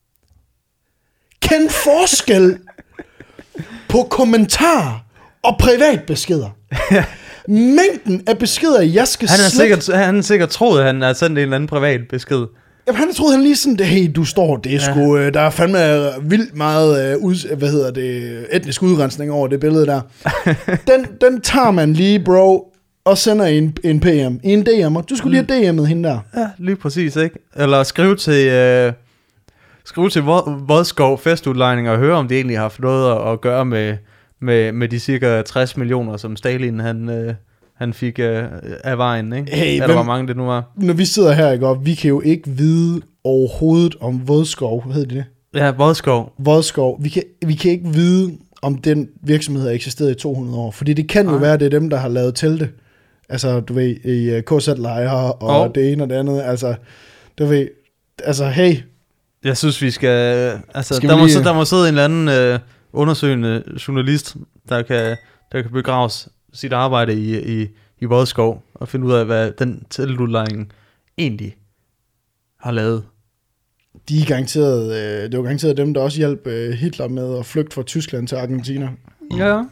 Speaker 3: kend forskel på kommentarer og privatbeskeder. Mængden af beskeder, jeg skal
Speaker 2: han er
Speaker 3: slet...
Speaker 2: sikkert, han er sikkert troet, at han har sendt en eller anden privat besked.
Speaker 3: Jamen, han troede han lige sådan, det, hey, du står, det er ja. sgu, øh, der er fandme vildt meget, øh, ud, hvad hedder det, etnisk udrensning over det billede der. den, den tager man lige, bro, og sender i en, en P M, i en D M, og du skulle lige have D M'et hende der.
Speaker 2: Ja, lige præcis, ikke? Eller skrive til, øh, skrive til Vodskov Festudlejning og høre, om de egentlig har haft noget at, at gøre med, med, med de cirka tres millioner, som Stalin, han... Øh, han fik øh, af vejen, ikke?
Speaker 3: Hey,
Speaker 2: eller
Speaker 3: hvem,
Speaker 2: hvor mange det nu var.
Speaker 3: Når vi sidder her, ikke, og vi kan jo ikke vide overhovedet om Vodskov, hvad hedder det?
Speaker 2: Ja, Vodskov.
Speaker 3: Vodskov. Vi kan, vi kan ikke vide, om den virksomhed har eksisteret i to hundrede år, fordi det kan jo Ej. være, det er dem, der har lavet telte. Altså, du ved, i uh, K Z-lejre og oh. det ene og det andet. Altså, du ved, altså, hey.
Speaker 2: Jeg synes, vi skal... Altså,
Speaker 3: skal
Speaker 2: der,
Speaker 3: vi
Speaker 2: må,
Speaker 3: lige...
Speaker 2: der må sidde en eller anden øh, undersøgende journalist, der kan, der kan begraves sit arbejde i, i, i Vodskov, og finde ud af, hvad den teltudlejning egentlig har lavet.
Speaker 3: De er garanteret, øh, det var garanteret dem, der også hjalp øh, Hitler med at flygte fra Tyskland til Argentina.
Speaker 2: Ja.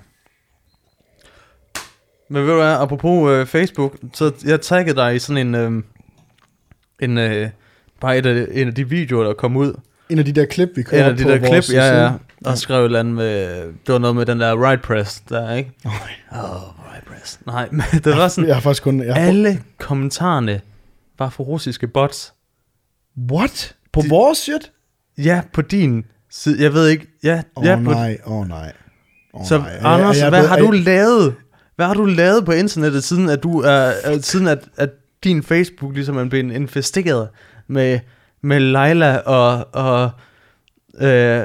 Speaker 2: Men ved du hvad, apropos øh, Facebook, så jeg taggede dig i sådan en, øh, en øh, bare et af, en af de videoer, der kom ud.
Speaker 3: En af de der klip, vi kom
Speaker 2: En af de
Speaker 3: på
Speaker 2: der klip,
Speaker 3: side.
Speaker 2: ja, ja. Og skrev et eller andet med, det var noget med den der right press, der, ikke?
Speaker 3: Åh,
Speaker 2: oh, right press. Nej, men det var sådan,
Speaker 3: jeg har faktisk kun... Jeg har
Speaker 2: alle kommentarerne var for russiske bots.
Speaker 3: What? På
Speaker 2: de,
Speaker 3: vores shit?
Speaker 2: Ja, på din side, jeg ved ikke. Ja,
Speaker 3: åh
Speaker 2: ja,
Speaker 3: oh,
Speaker 2: på,
Speaker 3: nej, åh oh, nej. Oh,
Speaker 2: så
Speaker 3: nej.
Speaker 2: Anders,
Speaker 3: jeg, jeg,
Speaker 2: hvad
Speaker 3: jeg,
Speaker 2: har
Speaker 3: jeg,
Speaker 2: du lavet? Hvad har du lavet på internettet, siden at du er, siden at, at din Facebook ligesom er blevet infesteret med, med Leila og, og øh,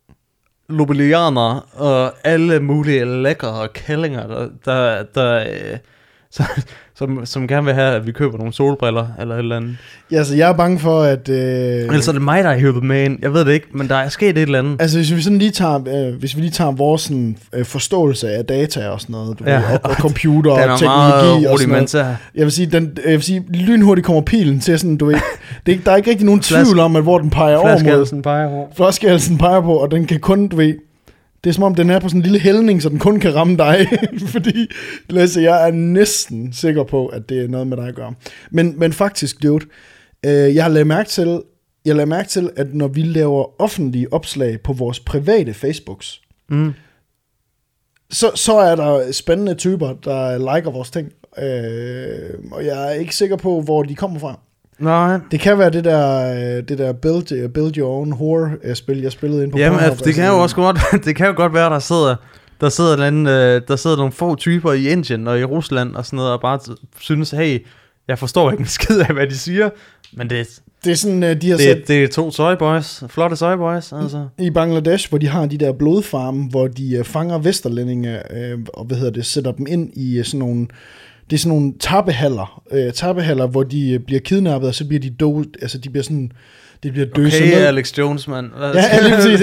Speaker 2: lobelianer og alle mulige lækre kællinger, der, der, der øh, så, som, som gerne vil have, at vi køber nogle solbriller eller et eller andet.
Speaker 3: Ja, altså jeg er bange for, at... Øh,
Speaker 2: Ellers er det mig, der er hævet med ind. Jeg ved det ikke, men der er sket et eller andet.
Speaker 3: Altså hvis vi sådan lige tager, øh, hvis vi lige tager vores sådan, øh, forståelse af data og sådan noget, du
Speaker 2: ja,
Speaker 3: ved, og, og computer og teknologi og sådan noget.
Speaker 2: Her.
Speaker 3: Jeg vil sige, den, jeg vil sige, lynhurtigt kommer pilen til sådan, du ved, det, der er ikke rigtig nogen tvivl om, at hvor den peger over mod.
Speaker 2: Flaskehalsen peger på.
Speaker 3: Flaskehalsen peger på, og den kan kun, du ved, det er som om, den er på sådan en lille hældning, så den kun kan ramme dig. Fordi, Lasse, jeg er næsten sikker på, at det er noget med dig at gøre. Men, men faktisk, dude, øh, jeg har lagt mærke til, jeg har mærke til, at når vi laver offentlige opslag på vores private Facebooks, mm. så, så er der spændende typer, der liker vores ting. Øh, og jeg er ikke sikker på, hvor de kommer fra.
Speaker 2: Nej.
Speaker 3: Det kan være det der, det der build, build your own whore-spil, jeg spillede ind på.
Speaker 2: Jamen, altså, det kan jo også godt, det kan jo godt være, der sidder, der sidder, anden, der sidder nogle få typer i Indien og i Rusland og sådan noget, og bare synes, hey, jeg forstår ikke en skid af, hvad de siger, men det,
Speaker 3: det er sådan, de har
Speaker 2: det,
Speaker 3: sat,
Speaker 2: det er to soyboys, flotte soyboys, altså.
Speaker 3: I Bangladesh, hvor de har de der blodfarme, hvor de uh, fanger vesterlændinge, uh, og hvad hedder det, sætter dem ind i uh, sådan nogle, det er sådan nogle tappehaller, øh, tappehaller, hvor de øh, bliver kidnappet, og så bliver de do, altså de bliver sådan, det bliver døset
Speaker 2: okay,
Speaker 3: ned.
Speaker 2: Okay, Alex Jones, mand.
Speaker 3: Ja, lige præcis.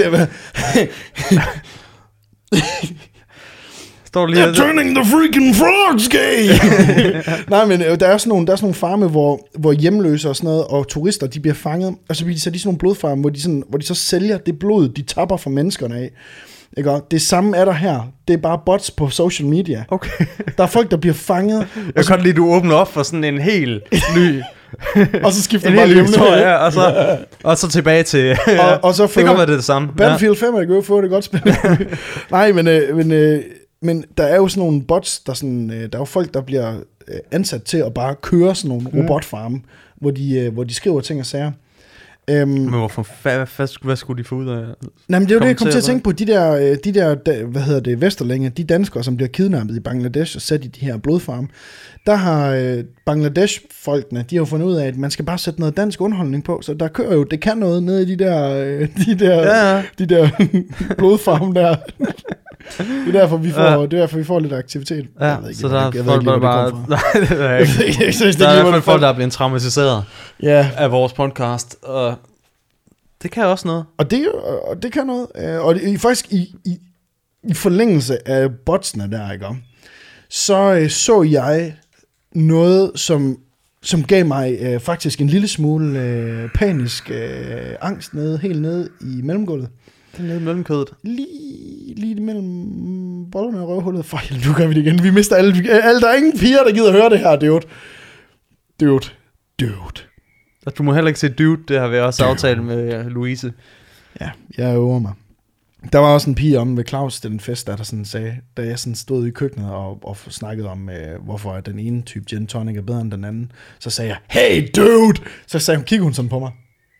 Speaker 2: Står lige
Speaker 3: They're turning the freaking frogs gay! Nej, men øh, der er sådan nogle, der er sådan nogle farme, hvor, hvor hjemløse og sådan noget, og turister, de bliver fanget, og så bliver de sat i sådan nogle blodfarme, hvor de, sådan, hvor de så sælger det blod, de tapper fra menneskerne af. Ikke? Det samme er der her. Det er bare bots på social media.
Speaker 2: Okay.
Speaker 3: Der er folk, der bliver fanget.
Speaker 2: Jeg kan godt lide, du åbner op for sådan en helt ny...
Speaker 3: og så skifter
Speaker 2: en
Speaker 3: bare
Speaker 2: helt historie, ja, og, så, ja. og så tilbage til...
Speaker 3: og, og så
Speaker 2: det kan være det, det samme.
Speaker 3: Battlefield fem er det godt, for det godt spil. Nej, men, øh, men, øh, men der er jo sådan nogle bots, der, sådan, øh, der er jo folk, der bliver ansat til at bare køre sådan nogle mm. robotfarme, hvor de, øh, hvor de skriver ting og sager. Øhm,
Speaker 2: Men hvorfor, hvad, hvad, hvad skulle de få ud af?
Speaker 3: Nej, men det er jo det, jeg kom til at
Speaker 2: Kommentere
Speaker 3: tænke på. De der, de der, hvad hedder det, vesterlænge, de danskere, som bliver kidnappet i Bangladesh og sat i de her blodfarme, der har øh, Bangladesh-folkene, de har jo fundet ud af, at man skal bare sætte noget dansk underholdning på, så der kører jo, det kan noget nede i de der, øh, de der,
Speaker 2: Ja, ja.
Speaker 3: de der blodfarme der. Det er derfor, vi får,
Speaker 2: Ja.
Speaker 3: det er derfor, vi får lidt aktivitet.
Speaker 2: Ja,
Speaker 3: Jeg ved ikke,
Speaker 2: så
Speaker 3: jeg
Speaker 2: der
Speaker 3: ved
Speaker 2: er
Speaker 3: ikke, jeg ved
Speaker 2: folk,
Speaker 3: ikke lige,
Speaker 2: der
Speaker 3: hvor det kom
Speaker 2: bare...
Speaker 3: fra.
Speaker 2: Nej, det er
Speaker 3: Jeg
Speaker 2: ikke.
Speaker 3: ved ikke, jeg synes, det
Speaker 2: Der
Speaker 3: er
Speaker 2: er
Speaker 3: lige,
Speaker 2: i
Speaker 3: hvor
Speaker 2: hvert
Speaker 3: det
Speaker 2: fald folk,
Speaker 3: faldt.
Speaker 2: der er blevet traumatiseret
Speaker 3: Ja,
Speaker 2: af vores podcast, og det kan også noget.
Speaker 3: og det, og det kan noget. øh, Og det, faktisk i, i, i forlængelse af botsene der, ikke om, så øh, så jeg noget, som, som gav mig øh, faktisk en lille smule øh, panisk øh, angst nede, helt nede i mellemgulvet.
Speaker 2: Det er nede mellem kødet.
Speaker 3: Lige, lige mellem bollerne og røvhullet. For helvede, nu gør vi det igen. Vi mister alle, alle. Der er ingen piger, der gider høre det her, dude. Dude. Dude.
Speaker 2: Og du må heller ikke se Dude, det har vi også aftalt med Louise.
Speaker 3: Ja, jeg øver mig. Der var også en pige om ved Claus, den fest, der, der sådan sagde, da jeg sådan stod i køkkenet og, og snakkede om, øh, hvorfor den ene type gin tonic er bedre end den anden, så sagde jeg, hey dude! Så sagde hun, kiggede hun sådan på mig.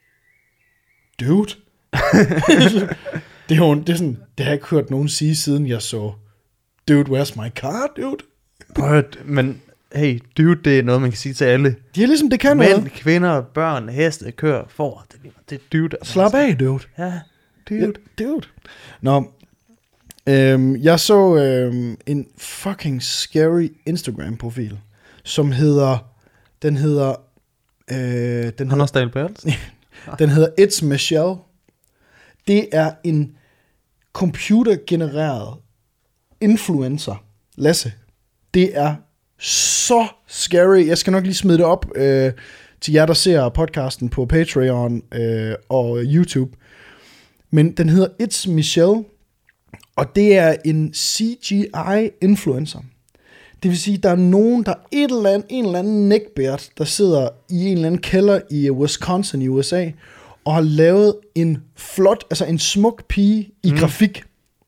Speaker 3: Dude? det, er hun, det, er sådan, det har jeg ikke hørt nogen sige, siden jeg så, dude, where's my car, dude?
Speaker 2: But, men hey, Dude, det er noget, man kan sige til alle.
Speaker 3: De er ligesom, det kan
Speaker 2: Mænd,
Speaker 3: noget.
Speaker 2: kvinder, børn, heste, køer, får. Det, det er Dude.
Speaker 3: Slap af, dude.
Speaker 2: Ja, Dude.
Speaker 3: Ja, dude. Nå, øhm, jeg så øhm, en fucking scary Instagram-profil, som hedder, den hedder, øh, den hedder,
Speaker 2: Anders Dahlberg.
Speaker 3: den hedder It's Michelle. Det er en computergenereret influencer. Lasse, det er så scary. Jeg skal nok lige smide det op øh, til jer, der ser podcasten på Patreon øh, og YouTube. Men den hedder It's Michelle, og det er en C G I-influencer. Det vil sige, der er nogen, der er et eller andet, en eller anden neckbeard, der sidder i en eller anden kælder i Wisconsin i U S A, og har lavet en flot, altså en smuk pige i mm. grafik.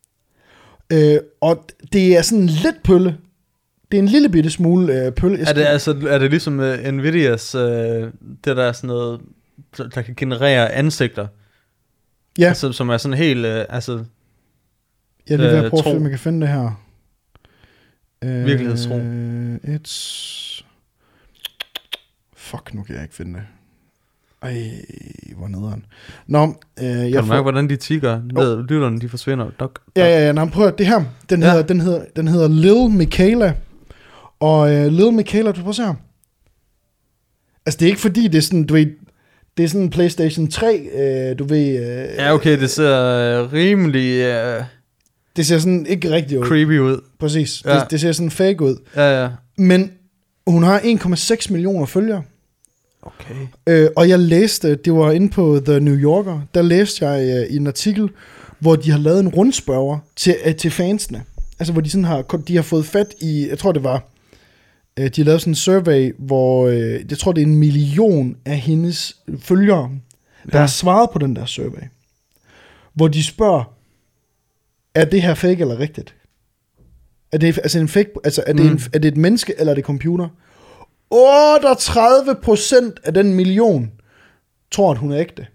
Speaker 3: Øh, og det er sådan lidt pølle. Det er en lille bitte smule øh, pølle.
Speaker 2: Er det, altså, er det ligesom uh, Nvidias, uh, det der er sådan noget, der kan generere ansigter?
Speaker 3: Ja.
Speaker 2: Altså, som er sådan helt, uh, altså...
Speaker 3: Jeg er lige ved at
Speaker 2: øh,
Speaker 3: prøve at
Speaker 2: tro.
Speaker 3: se, om jeg kan finde det her. Øh,
Speaker 2: Virkelighedstro.
Speaker 3: It's... Fuck, nu kan jeg ikke finde det. Ej, hvor nederen. Nå, øh, jeg
Speaker 2: Kan du
Speaker 3: får...
Speaker 2: mærke, hvordan de tigger ned, lytterne, de forsvinder? Dok, dok.
Speaker 3: Ja, ja, ja, nej, prøv at, det her, den,
Speaker 2: Ja.
Speaker 3: hedder, den, hedder, den hedder Lil Michaela, og øh, Lil Michaela, du prøver at se her. Altså, det er ikke fordi, det er sådan, du ved, det er sådan en PlayStation tre, øh, du ved... Øh,
Speaker 2: Ja, okay, det ser øh, rimelig uh,
Speaker 3: det ser sådan ikke rigtigt ud.
Speaker 2: creepy ud.
Speaker 3: Præcis,
Speaker 2: Ja.
Speaker 3: det, det ser sådan fake ud.
Speaker 2: Ja, ja.
Speaker 3: Men hun har en komma seks millioner følgere.
Speaker 2: Okay.
Speaker 3: Øh, og jeg læste, det var inde på The New Yorker, der læste jeg øh, i en artikel, hvor de har lavet en rundspørger til, øh, til fansene. Altså hvor de sådan har, de har fået fat i, jeg tror det var, øh, de har lavet sådan en survey, hvor øh, jeg tror det er en million af hendes følgere, der
Speaker 2: Ja.
Speaker 3: har svaret på den der survey. Hvor de spørger, er det her fake eller rigtigt? Er det, altså en fake, altså er, det
Speaker 2: Mm.
Speaker 3: en, er det et menneske eller er det computer? otteogtredive procent af den million tror, at hun er ægte.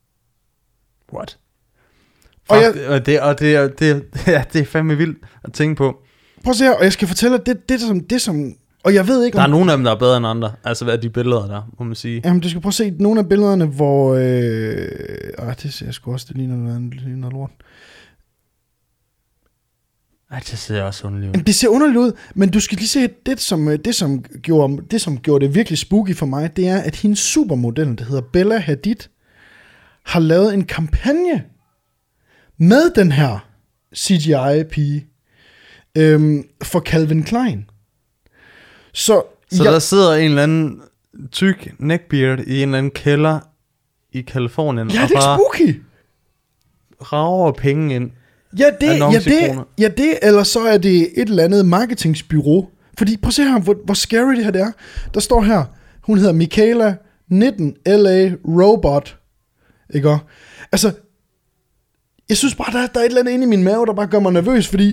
Speaker 2: What?
Speaker 3: Og
Speaker 2: Og,
Speaker 3: jeg-
Speaker 2: jeg, og, det, og det, er- det, er- ja, det er fandme vildt at tænke på.
Speaker 3: Prøv at se her, og jeg skal fortælle dig, det, det, som, det som, og jeg ved ikke
Speaker 2: Der er
Speaker 3: om,
Speaker 2: nogle af dem, der er bedre end andre. Altså, hvad er de billeder der, må man sige.
Speaker 3: jamen du skal prøve at se nogle af billederne, hvor, øh, øh det ser sgu også, det ligner noget andet, det ligner noget lort.
Speaker 2: Ej, det ser også underligt ud.
Speaker 3: Jamen, det ser underligt ud, men du skal lige se, at det som, øh, det, som gjorde, det, som gjorde det virkelig spooky for mig, det er, at hendes supermodel, der hedder Bella Hadid, har lavet en kampagne med den her C G I-pige øhm, for Calvin Klein. Så,
Speaker 2: Så
Speaker 3: jeg,
Speaker 2: der sidder en eller anden tyk neckbeard i en eller anden kælder i Kalifornien
Speaker 3: ja,
Speaker 2: og
Speaker 3: det er
Speaker 2: bare
Speaker 3: spooky.
Speaker 2: rager penge ind.
Speaker 3: Ja, det, ja, det,
Speaker 2: Annoncekroner.
Speaker 3: ja, det, eller så er det et eller andet marketingsbyrå. Fordi prøv at se her, hvor, hvor scary det her det er. Der står her, hun hedder Michaela nitten L A Robot. Ikke også? Altså, jeg synes bare, der, der er et eller andet inde i min mave, der bare gør mig nervøs, fordi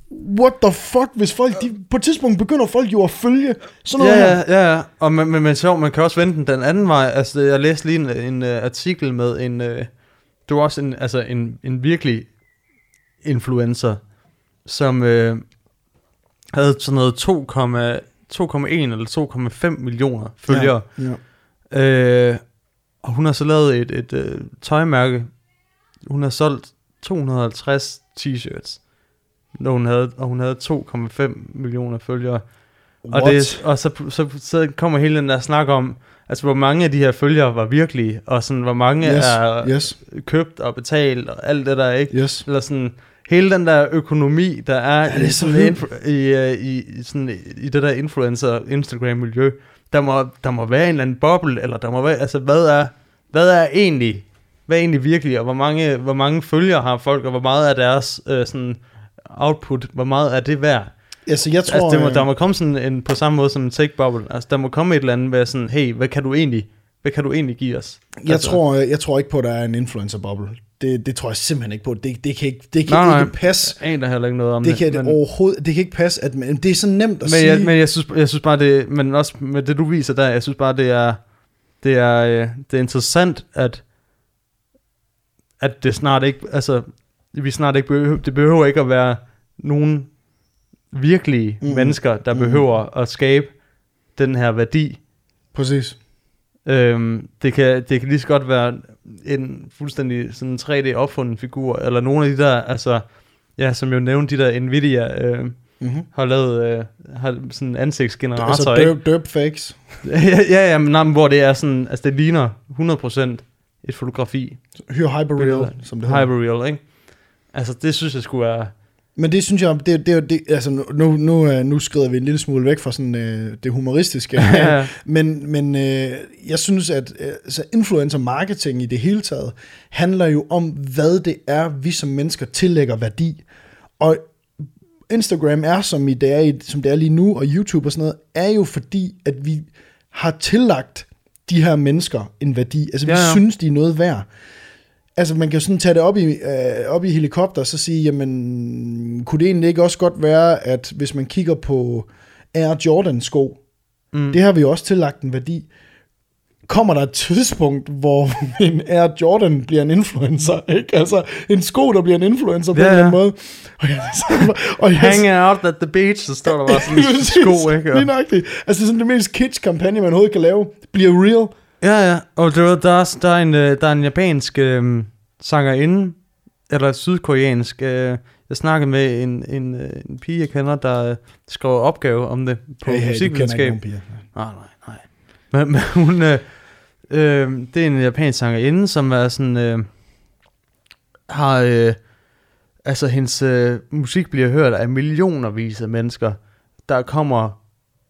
Speaker 3: what the fuck, hvis folk, de, på et tidspunkt begynder folk jo at følge sådan noget
Speaker 2: ja,
Speaker 3: her.
Speaker 2: Ja, ja, og men, men, men sjov, man kan også vente den, den anden vej. Altså, jeg læste lige en, en uh, artikel med en, uh, det var også en, altså en, en virkelig influencer, som uh, havde sådan noget to komma en eller to komma fem millioner følgere.
Speaker 3: Ja, ja.
Speaker 2: Uh, og hun har så lavet et, et uh, tøjmærke. Hun har solgt to hundrede og halvtreds t-shirts. Når hun havde, og hun havde to komma fem millioner følgere. Og, det, og så, så, så kommer hele den der snak om, altså hvor mange af de her følgere var virkelige, og sådan hvor mange
Speaker 3: yes,
Speaker 2: er
Speaker 3: yes.
Speaker 2: købt og betalt, og alt det der, ikke?
Speaker 3: Yes.
Speaker 2: Eller sådan, hele den der økonomi, der er,
Speaker 3: ja,
Speaker 2: i, sådan influ- i, i, i, sådan, i det der influencer Instagram-miljø, der må, der må være en eller anden boble, eller der må være, altså hvad er, hvad er egentlig, hvad er egentlig virkelig, og hvor mange, hvor mange følgere har folk, og hvor meget er deres øh, sådan output, hvor meget er det værd?
Speaker 3: Altså, jeg tror,
Speaker 2: altså, det må, der må komme sådan en, på samme måde som en tech bubble. Altså, der må komme et eller andet med sådan, hey, hvad kan du egentlig, hvad kan du egentlig give os?
Speaker 3: Jeg,
Speaker 2: altså.
Speaker 3: tror, jeg tror ikke på, at der er en influencer bubble. Det, det tror jeg simpelthen ikke på. Det, det kan ikke, det kan
Speaker 2: nej,
Speaker 3: ikke
Speaker 2: nej,
Speaker 3: passe.
Speaker 2: Jeg aner heller ikke noget om
Speaker 3: det.
Speaker 2: det.
Speaker 3: Kan det,
Speaker 2: men,
Speaker 3: overhovedet, det kan ikke passe. At, men det er så nemt at
Speaker 2: men
Speaker 3: sige.
Speaker 2: Jeg, men jeg synes, jeg synes bare, det, men også med det, du viser der, jeg synes bare, det er, det er, det er interessant, at, at det snart ikke, altså, vi snart ikke behøver, det behøver ikke at være nogen virkelige mm. mennesker, der mm. behøver at skabe den her værdi.
Speaker 3: Præcis.
Speaker 2: Øhm, det, kan, det kan lige så godt være en fuldstændig sådan tre D opfundet figur, eller nogle af de der, altså, ja, som jo nævnte, de der Nvidia øh, mm-hmm. har lavet, øh, har sådan en ansigtsgenerator,
Speaker 3: altså
Speaker 2: ikke?
Speaker 3: derp, derp fakes.
Speaker 2: ja, ja, ja, men nej, hvor det er sådan, altså det ligner hundrede procent et fotografi.
Speaker 3: Hyperreal, som det hedder.
Speaker 2: Hyperreal, ikke? Altså det synes jeg skulle være.
Speaker 3: Men det synes jeg, det, det, det, altså nu, nu, nu skrider vi en lille smule væk fra sådan, øh, det humoristiske, ja. men, men øh, jeg synes, at øh, altså influencer marketing i det hele taget, handler jo om, hvad det er, vi som mennesker tillægger værdi. Og Instagram er, som, i det er, som det er lige nu, og YouTube og sådan noget, er jo fordi, at vi har tillagt de her mennesker en værdi. Altså vi ja, ja. synes, de er noget værd. Altså man kan jo sådan tage det op i, øh, op i helikopter, og så sige, jamen, kunne det egentlig ikke også godt være, at hvis man kigger på Air Jordan sko, mm. det har vi jo også tillagt en værdi. Kommer der et tidspunkt, hvor en Air Jordan bliver en influencer, ikke? Altså en sko, der bliver en influencer på ja, en eller anden måde. Og jeg, så, og jeg,
Speaker 2: Hanging out at the beach, så står der bare sådan en sko, ikke?
Speaker 3: Lige nok det. Altså sådan det mest kitsch kampagne, man overhovedet kan lave, bliver real.
Speaker 2: Ja, ja, og der, der, er, der, er, en, der er en japansk øh, sangerinde, eller sydkoreansk, øh, jeg snakkede med en, en, en pige, jeg kender, der skrev opgave om det på
Speaker 3: hey, hey,
Speaker 2: musikvidenskab.
Speaker 3: Nej,
Speaker 2: nej, nej. Men, men hun, øh, øh, det er en japansk sangerinde, som er sådan, øh, har, øh, altså hendes øh, musik bliver hørt af millionervis af mennesker, der kommer.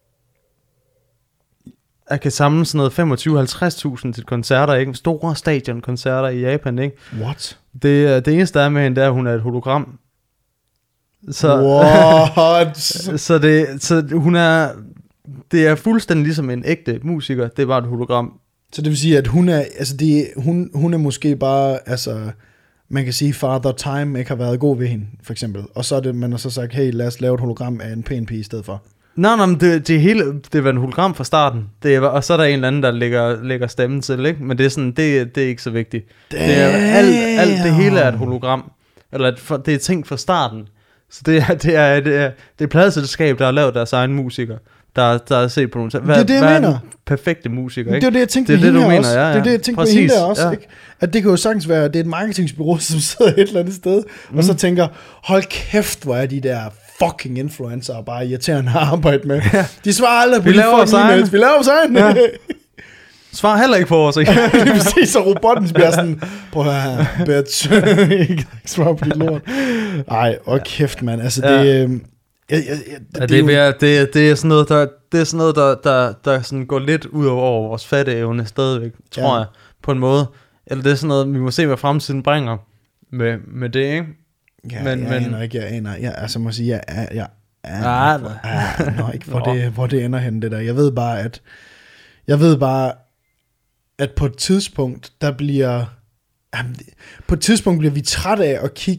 Speaker 2: Jeg kan samle sådan noget femogtyve til halvtreds tusind til koncerter, ikke? Store stadionkoncerter i Japan, ikke?
Speaker 3: What?
Speaker 2: Det, det eneste der er med hende, det er, at hun er et hologram. Så,
Speaker 3: What?
Speaker 2: så, det, så hun er, det er fuldstændig ligesom en ægte musiker, det er bare et hologram.
Speaker 3: Så det vil sige, at hun er, altså det, hun, hun er måske bare, altså, man kan sige, Father Time ikke har været god ved hende, for eksempel. Og så er det, man har så sagt, hey, lad os lave et hologram af en pæn pige i stedet for.
Speaker 2: Nej, nej, men det, det hele, det var en hologram fra starten. Det er, og så er der en eller anden, der lægger, lægger stemmen til, ikke? Men det er sådan, det, det er ikke så vigtigt. Det er, alt, alt det hele er et hologram. Eller et, det er ting fra starten. Så det er, det er, det er, det er pladeselskab, der har lavet deres egen musiker. Der, der har set på nogle. Hvad,
Speaker 3: det er det, jeg
Speaker 2: hvad
Speaker 3: mener.
Speaker 2: Er perfekte musiker, ikke?
Speaker 3: Det er det, jeg tænkte
Speaker 2: det,
Speaker 3: med
Speaker 2: det,
Speaker 3: hende
Speaker 2: mener,
Speaker 3: også.
Speaker 2: ja, ja.
Speaker 3: Det er det, jeg tænkte
Speaker 2: Præcis,
Speaker 3: med hende der også,
Speaker 2: ja.
Speaker 3: ikke? At det kan jo sagtens være, at det er et marketingsbureau, som sidder et eller andet sted, mm. og så tænker, hold kæft, hvor er de der fucking influencer bare irriterende at arbejde med. Ja. De svarer aldrig på
Speaker 2: vi
Speaker 3: de fucking e-mails. Vi laver vores egen. Ja.
Speaker 2: Svarer heller ikke på os, ikke?
Speaker 3: Ja, det er præcis, så robotten bliver sådan, prøv at høre, bitch. Ikke svare på dit lort. Ej, og kæft, mand. Altså, det...
Speaker 2: Ja.
Speaker 3: Øh, jeg, jeg, jeg,
Speaker 2: ja, det, det, er, det, det er sådan noget, der, det er sådan noget, der, der, der sådan går lidt ud over vores fatteevne stadigvæk, tror ja. jeg, på en måde. Eller det er sådan noget, vi må se, hvad fremtiden bringer med, med det, ikke?
Speaker 3: Ja,
Speaker 2: men,
Speaker 3: jeg
Speaker 2: men,
Speaker 3: aner ikke, jeg aner. Jeg, altså, må sige, jeg, jeg, jeg
Speaker 2: aner
Speaker 3: ah, ikke, hvor, det, hvor det ender hen, det der. Jeg ved bare, at jeg ved bare, at på et tidspunkt, der bliver, jamen, på et tidspunkt bliver vi træt af at kigge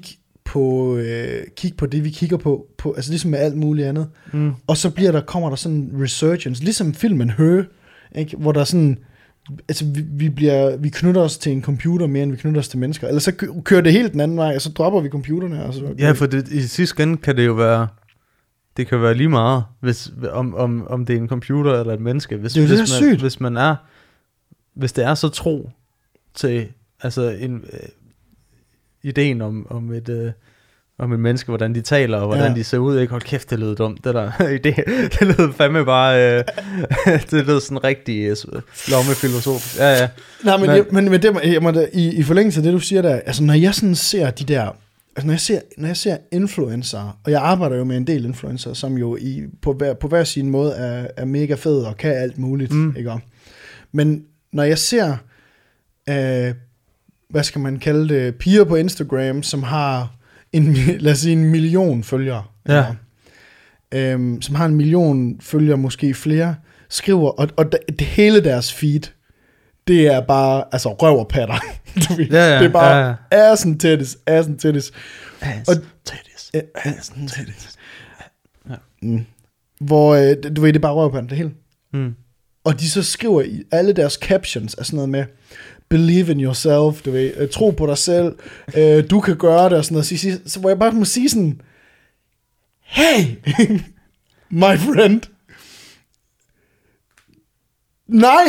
Speaker 3: på, øh, kigge på det, vi kigger på, på, altså ligesom med alt muligt andet.
Speaker 2: Mm.
Speaker 3: Og så bliver der, kommer der sådan en resurgence, ligesom filmen Her, ikke? Hvor der sådan, altså vi, vi, bliver, vi knytter os til en computer mere, end vi knytter os til mennesker. Eller så kører det helt den anden vej, og så dropper vi computerne. Og så,
Speaker 2: Ja, for det, i sidste ende kan det jo være, det kan være lige meget, hvis, om, om, om det er en computer eller et menneske. Hvis,
Speaker 3: det er jo
Speaker 2: hvis
Speaker 3: det,
Speaker 2: man,
Speaker 3: sygt.
Speaker 2: Hvis man er, hvis det er så tro til, altså en, øh, ideen om, om et... Øh, om et menneske, hvordan de taler, og hvordan ja. de ser ud, ikke? Hold kæft, det lød dumt, det der. det, det lød fandme bare, øh, det lød sådan rigtig øh, lommefilosofisk. Ja, ja.
Speaker 3: Nej, men, men, jeg, men, men det, jeg må da, i, i forlængelse af det, du siger der, altså når jeg sådan ser de der, altså når jeg ser, når jeg ser influencer, og jeg arbejder jo med en del influencer, som jo i, på, hver, på hver sin måde er, er mega fed og kan alt muligt, mm. ikke? Men når jeg ser, øh, hvad skal man kalde det, piger på Instagram, som har en, lad os sige, en million følgere,
Speaker 2: ja.
Speaker 3: øhm, som har en million følgere, måske flere, skriver, og, og det hele deres feed, det er bare, altså røv og patter.
Speaker 2: ja, ja,
Speaker 3: det er bare
Speaker 2: ja, ja.
Speaker 3: ass and titties, ass and titties.
Speaker 2: Ass and titties.
Speaker 3: Ass and titties. Ja. Mm. Hvor, øh, du ved, det er bare røv og patter, det hele. Mm. Og de så skriver i alle deres captions, er sådan noget med, believe in yourself, du ved, uh, tro på dig selv, uh, du kan gøre det, og sådan noget. Så, så hvor jeg bare må sige sådan, hey, my friend, nej,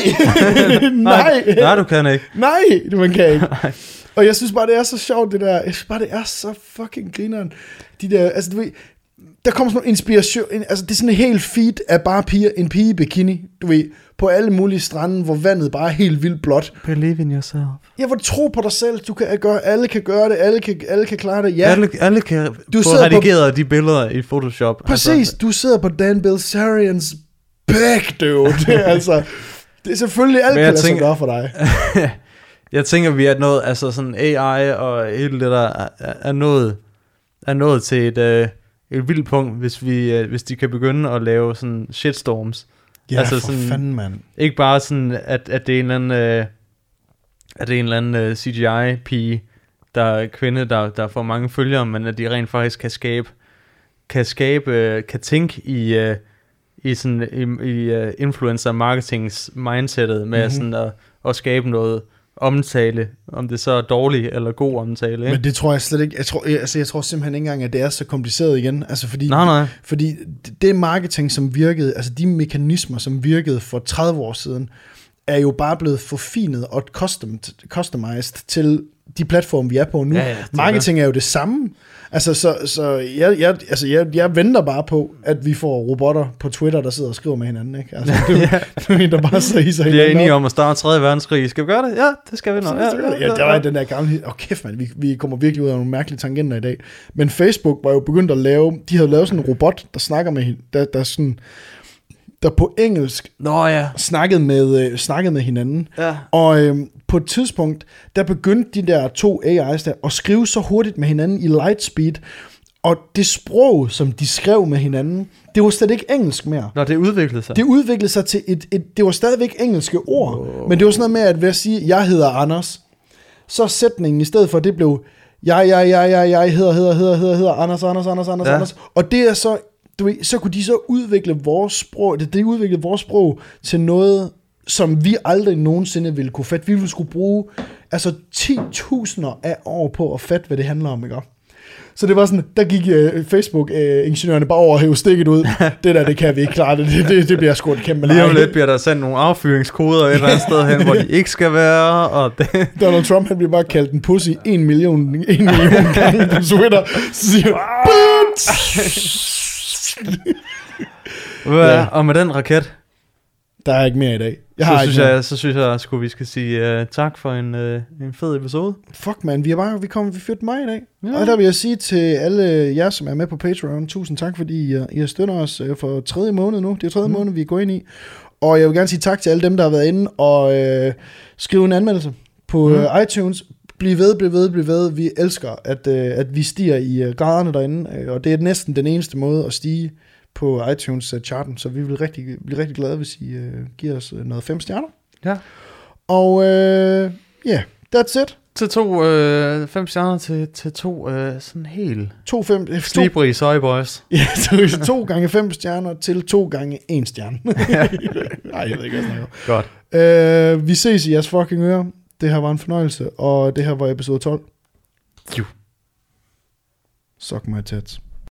Speaker 3: nej,
Speaker 2: nej, du kan ikke.
Speaker 3: Nej, man kan ikke. Og jeg synes bare, det er så sjovt, det der, jeg synes bare, det er så fucking grineren. De der, altså du ved, der kommer sådan noget inspiration, altså det er sådan en helt feed af bare piger, en pige i bikini, du ved, på alle mulige strande, hvor vandet bare er helt vildt blåt.
Speaker 2: Believe in yourself.
Speaker 3: Ja, hvor tro på dig selv, du kan gøre, alle kan gøre det, alle kan, alle kan klare det, ja.
Speaker 2: Alle, alle kan
Speaker 3: du
Speaker 2: få redigeret på, de billeder i Photoshop.
Speaker 3: Præcis, altså. Du sidder på Dan Bilzerians back, dude. altså, det er selvfølgelig, alt kan lade sig gøre for dig.
Speaker 2: Jeg tænker, vi er nået, altså sådan A I og hele det der, er, er nået, er nået til et... Øh, et vildt punkt, hvis, vi, hvis de kan begynde at lave sådan shitstorms.
Speaker 3: Ja,
Speaker 2: altså
Speaker 3: for
Speaker 2: sådan,
Speaker 3: fanden, mand.
Speaker 2: Ikke bare sådan, at, at det er en eller anden, øh, at det er en eller anden uh, C G I-pige, der er kvinde, der, der får mange følgere, men at de rent faktisk kan skabe, kan skabe, kan tænke i, uh, i sådan i, i uh, influencer-marketings mindsetet med mm-hmm. sådan at, at skabe noget omtale, om det så er dårlig eller god omtale. Ikke?
Speaker 3: Men det tror jeg slet ikke. Jeg tror, altså jeg tror simpelthen ikke engang, at det er så kompliceret igen. Altså fordi,
Speaker 2: nej, nej.
Speaker 3: fordi det marketing, som virkede, altså de mekanismer, som virkede for tredive år siden, er jo bare blevet forfinet og customized til de platforme, vi er på nu. Ja, ja, marketing er jo det samme. Altså, så, så jeg, jeg, altså jeg, jeg venter bare på, at vi får robotter på Twitter, der sidder og skriver med hinanden. Ikke? Altså, det er der bare så i sig hinanden.
Speaker 2: Vi er enige om at starte tredje verdenskrig. Skal vi gøre det? Ja, det skal vi nok. Ja, ja,
Speaker 3: ja, der var den der gamle... Åh oh, kæft, man, vi, vi kommer virkelig ud af nogle mærkelige tangenter i dag. Men Facebook var jo begyndt at lave... De havde lavet sådan en robot, der snakker med der, der sådan... der på engelsk
Speaker 2: Nå, ja.
Speaker 3: snakkede, med, øh, snakkede med hinanden.
Speaker 2: Ja.
Speaker 3: Og øh, på et tidspunkt, der begyndte de der to A I's der at skrive så hurtigt med hinanden i lightspeed, og det sprog, som de skrev med hinanden, det var slet ikke engelsk mere.
Speaker 2: Nå, det udviklede sig.
Speaker 3: Det udviklede sig til et, et det var stadigvæk engelske ord, oh. men det var sådan noget med, at ved at sige, jeg hedder Anders, så sætningen i stedet for, det blev, jeg, jeg, jeg, jeg, jeg hedder, hedder, hedder, hedder, hedder, Anders, Anders, Anders, Anders, ja. Anders, og det er så, du ved, så kunne de så udvikle vores sprog, det, det udviklede vores sprog til noget, som vi aldrig nogensinde ville kunne fatte. Vi ville skulle bruge, altså ti tusinder af år på at fatte, hvad det handler om, ikke? Så det var sådan, der gik uh, Facebook-ingeniørerne uh, bare over og hæve stikket ud. Det der, det kan vi ikke klare, det, det, det, det bliver sgu et kæmpe
Speaker 2: lige om lidt bliver der sendt nogle affyringskoder et eller andet sted hen, hvor de ikke skal være. Og det.
Speaker 3: Donald Trump, han bliver bare kaldt en pussy en million, en million gange på Twitter. Så siger
Speaker 2: Hvad ja. Og med den raket,
Speaker 3: der er ikke mere i dag. Jeg
Speaker 2: så,
Speaker 3: har
Speaker 2: synes
Speaker 3: ikke
Speaker 2: jeg, så synes jeg, at vi skal sige uh, tak for en, uh, en fed episode.
Speaker 3: Fuck man, vi er bare, vi kommer, vi fyrte mig i dag. Ja. Og der vil jeg sige til alle jer, som er med på Patreon, tusind tak, fordi I, I har støttet os for tredje måned nu. Det er tredje mm. måned, vi går ind i. Og jeg vil gerne sige tak til alle dem, der har været inde og øh, skrive en anmeldelse på mm. uh, iTunes. Bliv ved, bliv ved, bliv ved. Vi elsker, at, øh, at vi stiger i uh, graderne derinde, og det er næsten den eneste måde at stige på iTunes-charten, så vi vil rigtig, blive rigtig glade, hvis I uh, giver os noget fem stjerner.
Speaker 2: Ja.
Speaker 3: Og ja, uh, yeah, that's it.
Speaker 2: til to, øh, fem stjerner til, til to øh, sådan helt
Speaker 3: To, fem, to,
Speaker 2: slibri soy boys.
Speaker 3: ja, to, to gange fem stjerner til to gange en stjerne. Nej, jeg ved ikke, hvad jeg snakker.
Speaker 2: Godt.
Speaker 3: Øh, vi ses i jeres fucking øre. Det her var en fornøjelse, og det her var episode tolv.
Speaker 2: Jo.
Speaker 3: Suck my tits.